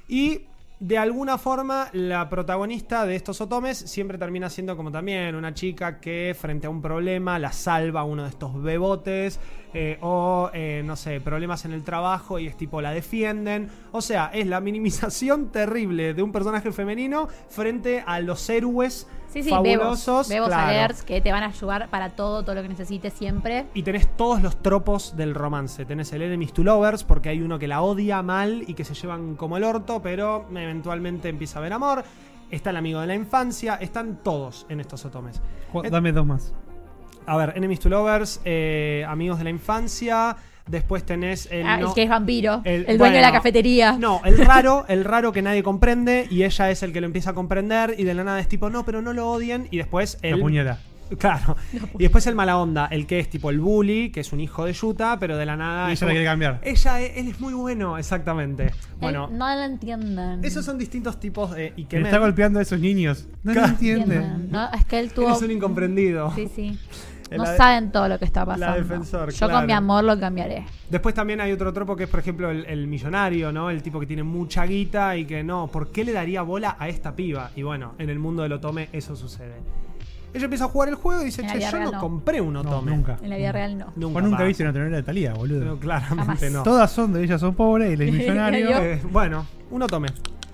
Y de alguna forma la protagonista de estos otomes siempre termina siendo como también una chica que frente a un problema la salva a uno de estos bebotes. eh, o, eh, no sé, problemas en el trabajo y es tipo la defienden. O sea, es la minimización terrible de un personaje femenino frente a los héroes Sí, sí, fabulosos. bebos, bebos claro. alerts que te van a ayudar para todo, todo lo que necesites siempre. Y tenés todos los tropos del romance. Tenés el enemies to lovers, porque hay uno que la odia mal y que se llevan como el orto, pero eventualmente empieza a haber amor. Está el amigo de la infancia. Están todos en estos otomes. Ju- Eh, Dame dos más. A ver, enemies to lovers, eh, amigos de la infancia. Después tenés el... Ah, no- el que es vampiro, el, el- dueño bueno, de la cafetería. No, el raro, el raro que nadie comprende y ella es el que lo empieza a comprender y de la nada es tipo, no, pero no lo odien. Y después La el... puñera. Claro. Y después el mala onda, el que es tipo el bully, que es un hijo de Yuta, pero de la nada... Y es ella la como- quiere cambiar. Ella, él es muy bueno, exactamente. Bueno, Eh, no lo entiendan. esos son distintos tipos de Que Ikemen. está golpeando a esos niños. No lo Claro. entiende. Entiendan, ¿no? Es que él tuvo. Eres un incomprendido. Sí, sí. El No ade- saben todo lo que está pasando. defensor, Yo claro. con mi amor lo cambiaré. Después también hay otro tropo que es, por ejemplo, el, el millonario, ¿no? El tipo que tiene mucha guita y que no, ¿por qué le daría bola a esta piba? Y bueno, en el mundo del otome eso sucede. Ella empieza a jugar el juego y dice, En la che, vida yo real no, no. compré un No, otome. nunca. En la vida real no. Nunca, Vos nunca pasa. viste una telenovela de Talía, boludo. No, claramente Jamás. no. Todas son de ellas, son pobres y el millonario. Yo- Eh, bueno, un otome.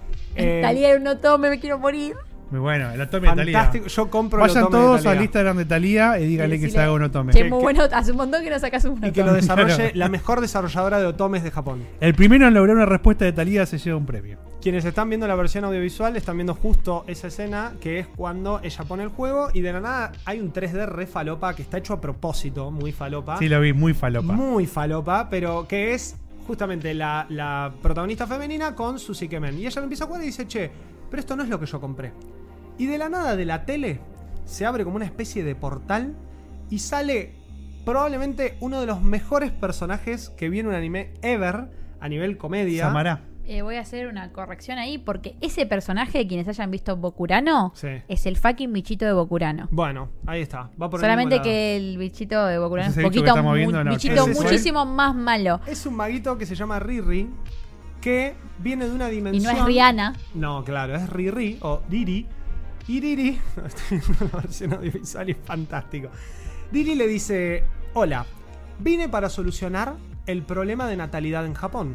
Eh, Talía en un otome, me quiero morir. Muy bueno, el otome de Talía. fantástico. Yo compro el Vayan otome de todos Thalía. al Instagram de Talía y díganle Y que decirle, se haga un otome. Che, Que- muy que- bueno. Hace un montón que no sacas un Y que lo otome. desarrolle Claro. la mejor desarrolladora de otomes de Japón. El primero en lograr una respuesta de Talía se lleva un premio. Quienes están viendo la versión audiovisual están viendo justo esa escena que es cuando ella pone el juego y de la nada hay un tres D re falopa que está hecho a propósito, muy falopa. Sí, lo vi, muy falopa. Muy falopa, pero que es justamente la, la protagonista femenina con su Ikemen. Y ella lo empieza a jugar y dice, che, pero esto no es lo que yo compré. Y de la nada de la tele se abre como una especie de portal y sale probablemente uno de los mejores personajes que vi en un anime ever a nivel comedia. Samará. Eh, voy a hacer una corrección ahí porque ese personaje, quienes hayan visto Bokurano, Sí. es el fucking bichito de Bokurano. Bueno, ahí está. Va por el Solamente mismo lado. que el bichito de Bokurano es Ese un bicho que poquito estamos mu- viendo, no, bichito ese es- muchísimo más malo. Es un maguito que se llama Riri, que viene de una Y dimensión... no es Rihanna. No, claro, es Riri o Riri. Y Riri, estoy viendo la versión audiovisual y es fantástico. Riri le dice, hola, vine para solucionar el problema de natalidad en Japón.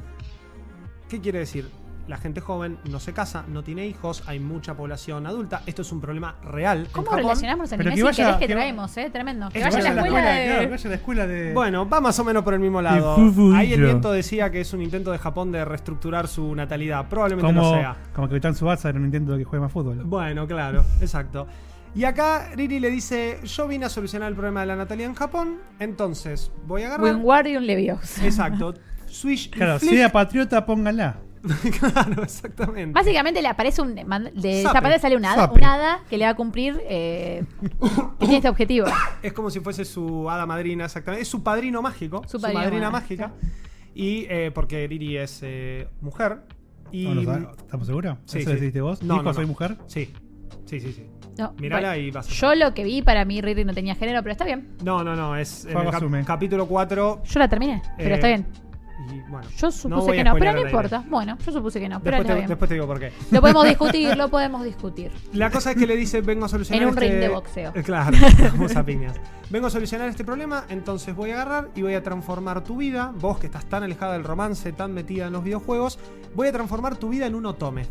¿Qué quiere decir? La gente joven no se casa, no tiene hijos, hay mucha población adulta. Esto es un problema real ¿Cómo en Japón. relacionamos los Pero animes que si vaya- querés que que va- traemos, eh? Tremendo. Que Es vaya a la vaya escuela claro, que de... vaya a la escuela de. Bueno, va más o menos por el mismo lado. Fufuillo. Ahí el viento decía que es un intento de Japón de reestructurar su natalidad. Probablemente como, no sea. como que Capitán Tsubasa era un intento de que juegue más fútbol. Bueno, claro, exacto. Y acá Riri le dice, yo vine a solucionar el problema de la natalidad en Japón, entonces voy a agarrar... Wingardium Leviosa. Exacto. Swish y Claro, flick. sea patriota, póngala. Claro, exactamente. Básicamente le aparece un... man- De esa Sape. parte sale un hada, Sape. un hada que le va a cumplir... Eh, que tiene este objetivo. Es como si fuese su hada madrina, exactamente. Es su padrino mágico. Su Su, padrino madrina mágico. mágica. Y eh, porque Riri es eh, mujer. Y... No, no sabe- ¿Estamos seguros? Sí, ¿Eso sí. decidiste vos? No, ¿Dijo no, no. soy mujer? Sí, sí, sí, sí. No, Mírala bueno, y vas a... Yo lo que vi, para mí Riri no tenía género, pero está bien. No, no, no, es en Fue el cap- Asume. capítulo cuatro. Yo la terminé, pero Eh, está bien. Y bueno, Yo no supuse voy a que no, pero spoilear no al aire. importa. Bueno, yo supuse que no, pero Después está te, bien. después te digo por qué. Lo podemos discutir, lo podemos discutir. La cosa es que le dice, vengo a solucionar En un este... ring de boxeo. Eh, Claro, vamos a piñas. Vengo a solucionar este problema, entonces voy a agarrar y voy a transformar tu vida, vos que estás tan alejada del romance, tan metida en los videojuegos, voy a transformar tu vida en un otome.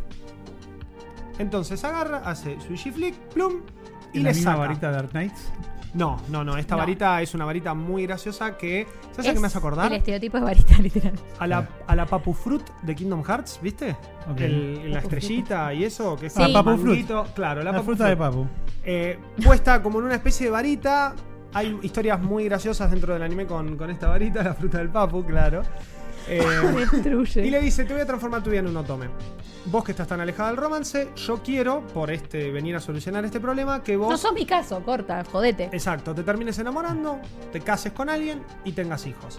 Entonces agarra, hace sushi flick, plum, y ¿En le la misma saca. varita de Dark Knights? No, no, no, esta No. varita es una varita muy graciosa que... ¿Sabes a Es qué me hace acordar? El estereotipo de varita, literal. A la, a la Papu Fruit de Kingdom Hearts, ¿viste? Ok. El- la Papu estrellita y eso, que es Sí. un Ah, Papu Fruit. manguito. Claro, la, La, Papu fruta Fruit. de Papu. Eh, puesta como en una especie de varita. Hay historias muy graciosas dentro del anime con, con esta varita, la fruta del Papu, claro. Eh, Destruye. y le dice, te voy a transformar tu vida en un otome. Vos que estás tan alejada del romance, yo quiero, por este venir a solucionar este problema, que vos... No sos mi caso, corta, jodete. Exacto, te termines enamorando, te cases con alguien y tengas hijos.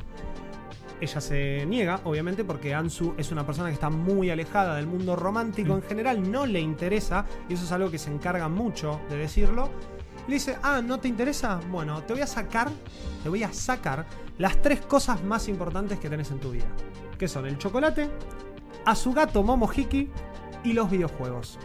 Ella se niega, obviamente, porque Ansu es una persona que está muy alejada del mundo romántico en general, no le interesa, y eso es algo que se encarga mucho de decirlo. Le dice, ah, ¿no te interesa? Bueno, te voy a sacar, te voy a sacar las tres cosas más importantes que tenés en tu vida. Que son el chocolate, a su gato Momohiki y los videojuegos.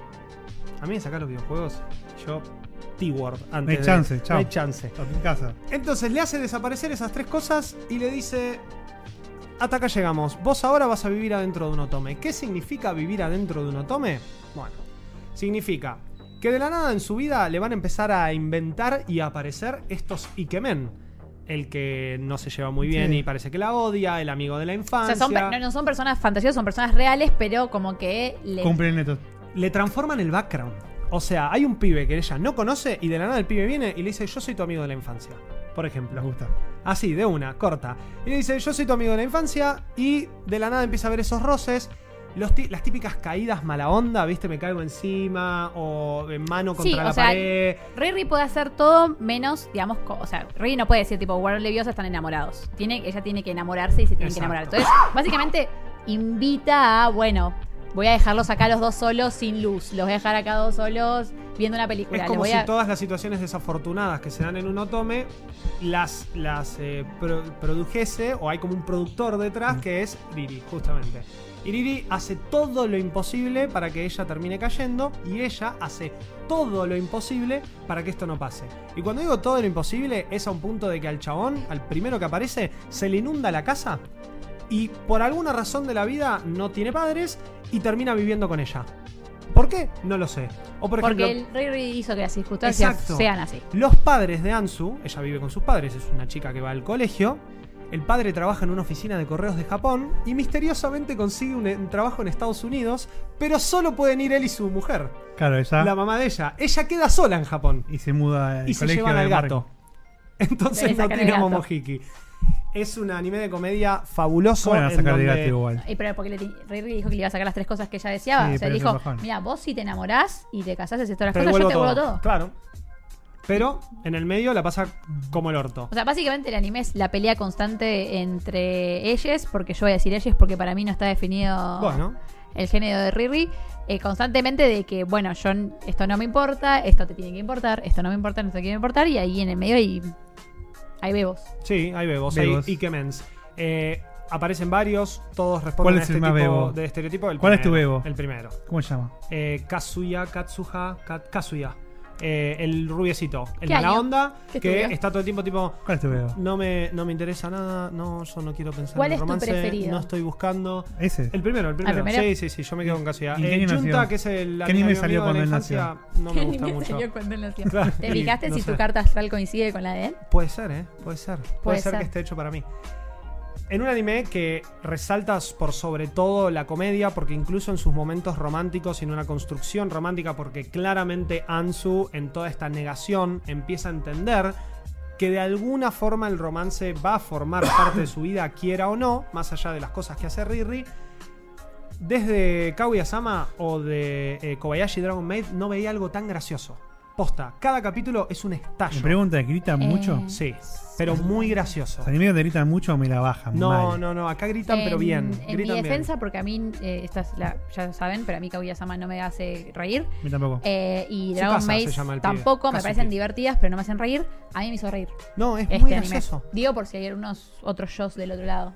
A mí me sacar los videojuegos, yo... T-word antes No hay de- chance, chao. No hay chance. A tu casa. Entonces le hace desaparecer esas tres cosas y le dice: hasta acá llegamos, vos ahora vas a vivir adentro de un otome. ¿Qué significa vivir adentro de un otome? Bueno, significa que de la nada en su vida le van a empezar a inventar y a aparecer estos Ikemen. El que no se lleva muy bien Sí. y parece que la odia, el amigo de la O infancia. sea, son, pe- no, no son personas fantasiosas, son personas reales, pero como que le... Cumplen netos. Le transforman el background. O sea, hay un pibe que ella no conoce y de la nada el pibe viene y le dice: yo soy tu amigo de la infancia. Por ejemplo. Les gusta. Así, de una, corta. Y le dice: yo soy tu amigo de la infancia. Y de la nada empieza a ver esos roces. Los tí- las típicas caídas mala onda, ¿viste? Me caigo encima. O en mano contra Sí, la o sea, pared. Riri puede hacer todo menos, digamos, co- o sea, Riri no puede decir tipo, Warren Leviosa están enamorados. Tiene, ella tiene que enamorarse y se tiene Exacto. que enamorar. Entonces, básicamente, invita a, bueno, voy a dejarlos acá los dos solos sin luz. Los voy a dejar acá dos solos viendo una película. Es Les como voy si a- todas las situaciones desafortunadas que se dan en un otome las, las eh, pro- produjese, o hay como un productor detrás que es Riri, justamente. Y Riri hace todo lo imposible para que ella termine cayendo, y ella hace todo lo imposible para que esto no pase. Y cuando digo todo lo imposible, es a un punto de que al chabón, al primero que aparece, se le inunda la casa y por alguna razón de la vida no tiene padres y termina viviendo con ella. ¿Por qué? No lo sé. O por ejemplo, Porque el Riri hizo que las circunstancias Exacto. sean así. los padres de Ansu, ella vive con sus padres, es una chica que va al colegio. El padre trabaja en una oficina de correos de Japón y misteriosamente consigue un, un trabajo en Estados Unidos, pero solo pueden ir él y su mujer, Claro, ella. la mamá de ella. Ella queda sola en Japón Y se muda al y se colegio llevan de al gato. Marco. Entonces Le no sacan el tiene a gato. Momohiki. Es un anime de comedia fabuloso. ¿Cómo van a en sacar de donde- gato igual? Y pero porque le ti- Riri dijo que le iba a sacar las tres cosas que ella deseaba. Sí, o sea, pero le es dijo, un bajón. mira, vos si te enamorás y te casás, haces todas las Te cosas, yo devuelvo te todo. devuelvo todo. Claro. Pero en el medio la pasa como el orto. O sea, básicamente el anime es la pelea constante entre ellos, porque yo voy a decir ellos porque para mí no está definido Bueno. el género de Riri. Eh, constantemente de que, bueno, yo esto no me importa, esto te tiene que importar, esto no me importa, no te tiene que importar, y ahí en el medio hay, hay bebos. Sí, hay bebos, Bebos. hay Ikemens. Eh, aparecen varios, todos responden ¿Cuál a es este el más tipo bebo? de estereotipo. El ¿Cuál es tu primero, bebo? El primero. ¿Cómo se llama? Eh, Kazuya, Katsuha, Ka- Kazuya. Eh, el rubiecito. El ¿Qué mala año? onda, ¿Qué que estudió? está todo el tiempo tipo... ¿Cuál es tu bebo? No me, no me interesa nada, no, yo no quiero pensar ¿Cuál en es el tu romance, preferido? no estoy buscando... Ese. El primero, el primero. primero? Sí, sí, sí, yo me quedo con Kazuya. ¿Y en qué Eh, año Junta, nació? que es el ¿Qué amigo anime salió de la cuando él infancia, no me gusta mucho. cuando él nació. Claro, ¿Te y fijaste no si sé. tu carta astral coincide con la de él? Puede ser, ¿eh? Puede ser. Puede, Puede ser, ser. que esté hecho para mí. En un anime que resalta por sobre todo la comedia, porque incluso en sus momentos románticos y en una construcción romántica, porque claramente Ansu en toda esta negación empieza a entender que de alguna forma el romance va a formar parte de su vida, quiera o no, más allá de las cosas que hace Riri. Desde Kaguya-sama o de eh, Kobayashi Dragon Maid no veía algo tan gracioso. Posta, cada capítulo es un Me estallo. pregunta, ¿gritan Eh, mucho? Sí, pero muy gracioso. Los animes donde gritan mucho me la bajan. No, mal. no, no, acá gritan pero En- bien. En gritan mi bien. defensa, porque a mí, eh, esta es la- ya saben, pero a mí Kaguya-sama no me hace reír. A mí tampoco. Eh, y Tsukasa Dragon se Maid llama el pibe. tampoco, me Kazuki. parecen divertidas, pero no me hacen reír. A mí me hizo reír No, es este muy anime. gracioso. Digo por si hay unos otros shows del otro lado.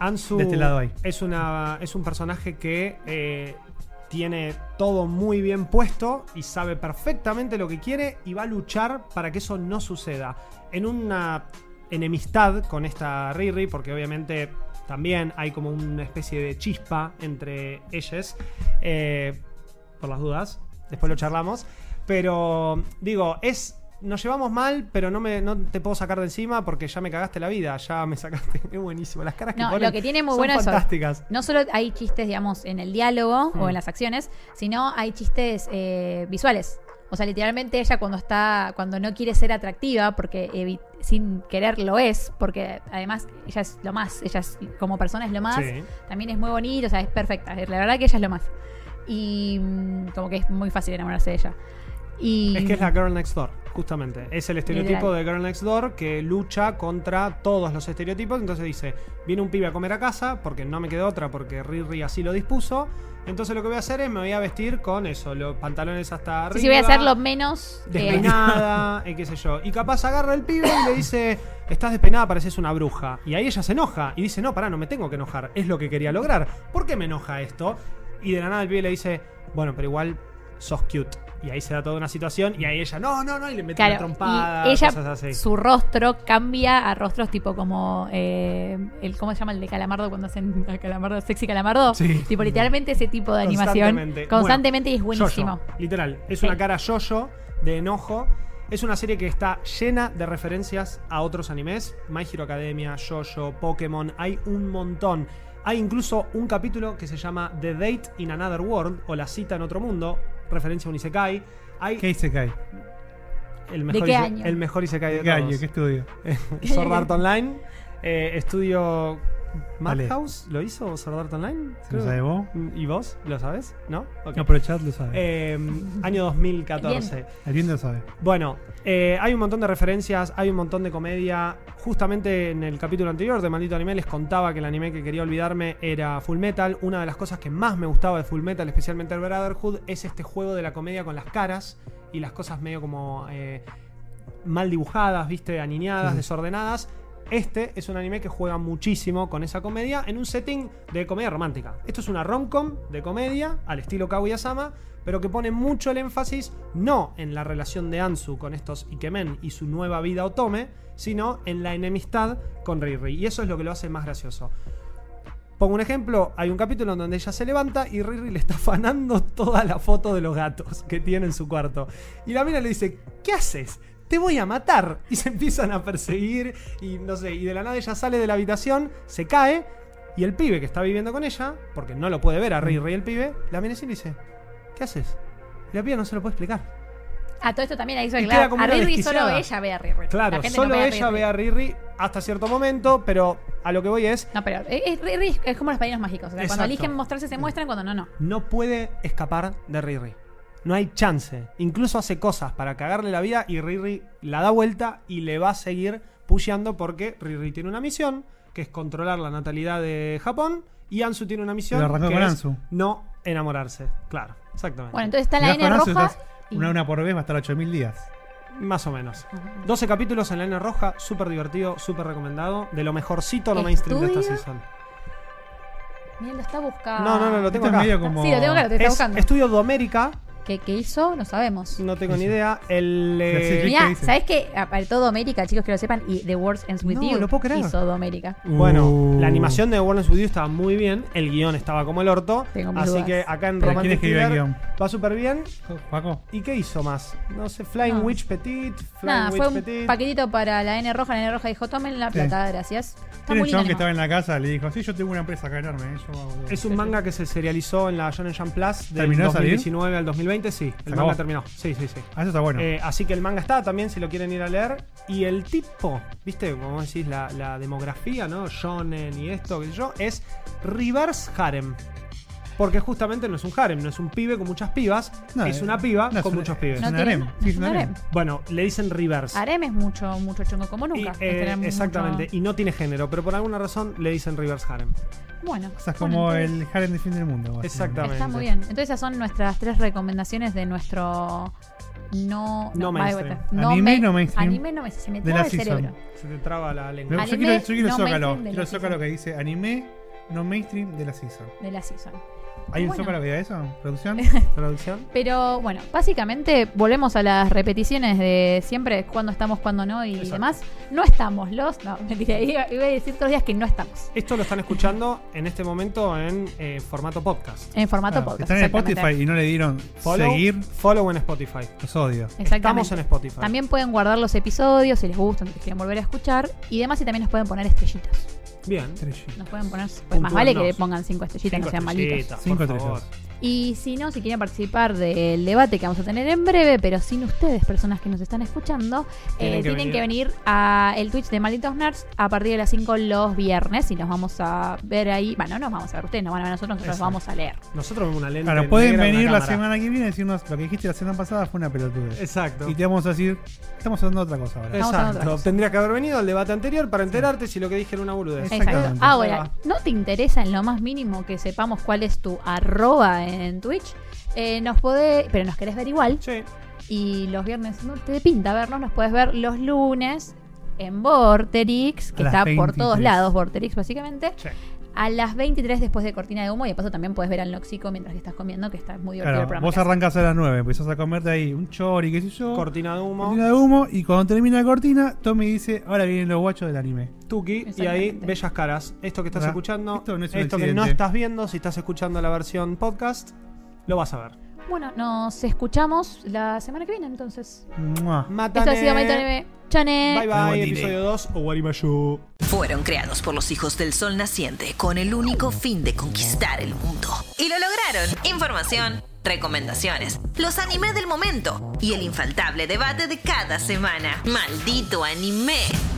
Ansu de este lado hay. es, una, es un personaje que eh, tiene todo muy bien puesto y sabe perfectamente lo que quiere y va a luchar para que eso no suceda. En una enemistad con esta Riri, porque obviamente también hay como una especie de chispa entre ellas, eh, por las dudas, después lo charlamos, pero digo, es... Nos llevamos mal, pero no me no te puedo sacar de encima porque ya me cagaste la vida, ya me sacaste. Es buenísimo. Las caras que No, ponen lo que tiene muy son bueno es fantásticas. no solo hay chistes, digamos, en el diálogo Hmm. o en las acciones, sino hay chistes eh, visuales. O sea, literalmente ella cuando está, cuando no quiere ser atractiva, porque evi- sin querer lo es, porque además ella es lo más, ella es, como persona es lo más, Sí. también es muy bonita, o sea, es perfecta. La verdad que ella es lo más. Y mm, como que es muy fácil enamorarse de ella. Y Es que es la Girl Next Door, justamente. Es el estereotipo Literal. de Girl Next Door que lucha contra todos los estereotipos. Entonces dice, viene un pibe a comer a casa porque no me quedó otra, porque Riri así lo dispuso. Entonces lo que voy a hacer es me voy a vestir con eso, los pantalones hasta arriba. sí, sí, voy a hacer lo menos eh, Despeinada, y qué sé yo. Y capaz agarra el pibe y le dice, estás despeinada, pareces una bruja. Y ahí ella se enoja y dice, no, pará, no me tengo que enojar. Es lo que quería lograr. ¿Por qué me enoja esto? Y de la nada el pibe le dice, bueno, pero igual sos cute. Y ahí se da toda una situación y ahí ella, no, no, no, y le mete Claro, una trompada, y ella, cosas así. su rostro cambia a rostros tipo como eh, el ¿cómo se llama el de Calamardo cuando hacen a Calamardo, sexy Calamardo? Sí. Tipo literalmente ese tipo de animación Constantemente. constantemente y es Bueno, buenísimo. yo-yo, literal, es Sí. una cara yo-yo de enojo. Es una serie que está llena de referencias a otros animes. My Hero Academia, JoJo, Pokémon, hay un montón. Hay incluso un capítulo que se llama The Date in Another World o La cita en otro mundo, referencia a un isekai. Hay ¿Qué dice Kai? el mejor, qué ise- año? el mejor isekai de Gallo, todos. ¿qué estudio? Sword Art Online, eh, estudio Vale. Madhouse, ¿lo hizo Sword Art Online? ¿Se lo sabes vos? ¿Y vos? ¿Lo sabes? ¿No? Ok. No, pero el chat lo sabe. Eh, año dos mil catorce. Bien. El bien lo sabe. Bueno, eh, hay un montón de referencias, hay un montón de comedia. Justamente en el capítulo anterior de Maldito Anime les contaba que el anime que quería olvidarme era Full Metal. Una de las cosas que más me gustaba de Full Metal, especialmente el Brotherhood, es este juego de la comedia con las caras y las cosas medio como eh, mal dibujadas, viste, aniñadas, Sí. desordenadas. Este es un anime que juega muchísimo con esa comedia en un setting de comedia romántica. Esto es una rom-com de comedia al estilo Kaguya-sama, pero que pone mucho el énfasis no en la relación de Ansu con estos Ikemen y su nueva vida Otome, sino en la enemistad con Riri. Y eso es lo que lo hace más gracioso. Pongo un ejemplo, hay un capítulo en donde ella se levanta y Riri le está afanando toda la foto de los gatos que tiene en su cuarto. Y la mina le dice, ¿qué haces? Te voy a matar. Y se empiezan a perseguir y no sé, y de la nada ella sale de la habitación, se cae y el pibe que está viviendo con ella, porque no lo puede ver a Riri el pibe, la mira así y le dice, ¿qué haces? Y la piba no se lo puede explicar. Ah, todo esto también hay que Y claro. queda como A una Riri desquiciada. solo ella ve a Riri. Claro, La gente solo no ve a ella Riri. ve a Riri hasta cierto momento, pero a lo que voy es, No, pero es, es- Riri es como los padrinos mágicos. O sea, cuando Exacto. eligen mostrarse se muestran, cuando no, no. no puede escapar de Riri. No hay chance. Incluso hace cosas para cagarle la vida y Riri la da vuelta y le va a seguir pusheando porque Riri tiene una misión, que es controlar la natalidad de Japón, y Ansu tiene una misión Pero arrancó que con es Ansu. no enamorarse. Claro, exactamente. Bueno, entonces está Si la vas N con Ansu, roja. estás y- Una, una por vez va a estar ocho mil días. Más o menos. doce capítulos en la N roja, súper divertido, súper recomendado. De lo mejorcito no mainstream de esta ¿Estudio? season. Mira, lo está buscando. No, no, no, lo tengo Esto es acá. medio como... Sí, lo tengo acá, lo te está Es buscando. Estudio Domérica, ¿Qué, ¿Qué hizo? No sabemos. no tengo ni Eso. idea. El. Sí, eh, ¿qué Mira, dice? ¿sabes qué? Aparte todo América, chicos, que lo sepan, y The World Ends With No, You lo puedo creer. hizo The América. Bueno, Uh. la animación de Warner Studio estaba muy bien, el guión estaba como el orto, Tengo mis así dudas. que acá en ¿Pero Romantic quién escribió el Thriller guión? va súper bien. Paco. ¿Y qué hizo más? No sé, Flying No. Witch Petit, Flying Nada, Witch fue un Petit. paquetito para la N roja. La N roja dijo, tomen la Sí. plata, gracias. Está Tiene muy un chabón lindo que animado. estaba en la casa, le dijo, sí, yo tengo una empresa acá enorme. ¿eh? Yo hago- Es un manga que se serializó en la Shonen Jump Plus del ¿Terminó de dos mil salir? diecinueve al dos mil veinte, sí, el acabó? manga terminó. Sí, sí, sí. Ah, eso está bueno. Eh, así que el manga está también si lo quieren ir a leer. Y el tipo, viste, como decís, la, la demografía, ¿no? Shonen y esto, qué sé yo, es Reverse Harem. Porque justamente no es un harem, no es un pibe con muchas pibas, No, es eh, una piba no, es con un- muchos pibes. es No un tiene- harem. no Sí, es es un un harem. harem. Bueno, le dicen reverse. Harem es mucho, mucho chongo como Y, nunca. eh, Es tener mucho- exactamente, y no tiene género, pero por alguna razón le dicen reverse harem. Bueno, O sea, es bueno, como entonces- el harem de fin del mundo. básicamente. Exactamente. Está muy bien. Entonces esas son nuestras tres recomendaciones de nuestro no... No mainstream. Anime no mainstream. Anime no mainstream. Se me De traba la el season. cerebro. Se te traba la lengua. Me- yo Anime quiero, yo quiero no el Zócalo. mainstream de Quiero el la Zócalo season. que dice anime no mainstream de la season. De la season. ¿Hay un Bueno. Zócalo que diga eso? ¿Producción? ¿Traducción? Pero bueno, básicamente volvemos a las repeticiones de siempre, cuándo estamos, cuándo no y Exacto. demás. No estamos los... No, mentira, iba, iba a decir todos los días que no estamos. Esto lo están escuchando en este momento en eh, formato podcast. En formato Ah, podcast. están en exactamente. Spotify y no le dieron Follow, seguir. follow en Spotify. Los odio. Exactamente. Estamos en Spotify. También pueden guardar los episodios si les gustan, si quieren volver a escuchar y demás, y también nos pueden poner estrellitas. Bien. Nos pueden poner, pues más vale que le pongan cinco estrellitas, Cinco no sean malitos. estrellitas, Cinco por favor. estrellas. Y si no, si quieren participar del debate que vamos a tener en breve, pero sin ustedes, personas que nos están escuchando, Tienen eh, que tienen venir. que venir a el Twitch de Malditos Nerds a partir de las cinco los viernes y nos vamos a ver ahí. Bueno, no nos vamos a ver ustedes, nos van a ver nosotros, nosotros Exacto. vamos a leer. Nosotros vemos una lente. Claro, pueden negra en venir una la cámara. semana que viene y decirnos lo que dijiste la semana pasada fue una pelotudez. Exacto. Y te vamos a decir, estamos hablando de otra cosa ahora. Estamos hablando de otra Exacto. cosa. Tendrías que haber venido al debate anterior para enterarte si lo que dije era una boludez. Exacto. Exactamente. Ahora, Ahí ¿no te interesa en lo más mínimo que sepamos cuál es tu arroba en Twitch? Eh, nos podés, pero nos querés ver igual. Sí. Y los viernes no te pinta vernos, nos puedes ver los lunes en Vorterix, que A las está por todos veintitrés. lados, Vorterix básicamente. Sí. A las veintitrés después de Cortina de Humo, y de paso también puedes ver al Noxico mientras que estás comiendo, que está muy divertido el Claro, programa. vos que hace. arrancas a las nueve, empezás a comerte ahí un chori, qué sé yo. Cortina de humo. Cortina de humo. Y cuando termina la cortina, Tommy dice, ahora vienen los guachos del anime. Tuki, y ahí Exactamente. bellas caras. Esto que estás ¿Verdad? escuchando, Esto no es un esto que accidente. no estás viendo, si estás escuchando la versión podcast, lo vas a ver. Bueno, nos escuchamos la semana que viene entonces. ¡Mua! Esto ha sido Maldito Anime. Chane. Bye bye, Aguantine. episodio dos, Owarimayu. Fueron creados por los hijos del sol naciente con el único fin de conquistar el mundo. Y lo lograron. Información, recomendaciones, los animes del momento y el infaltable debate de cada semana. ¡Maldito anime!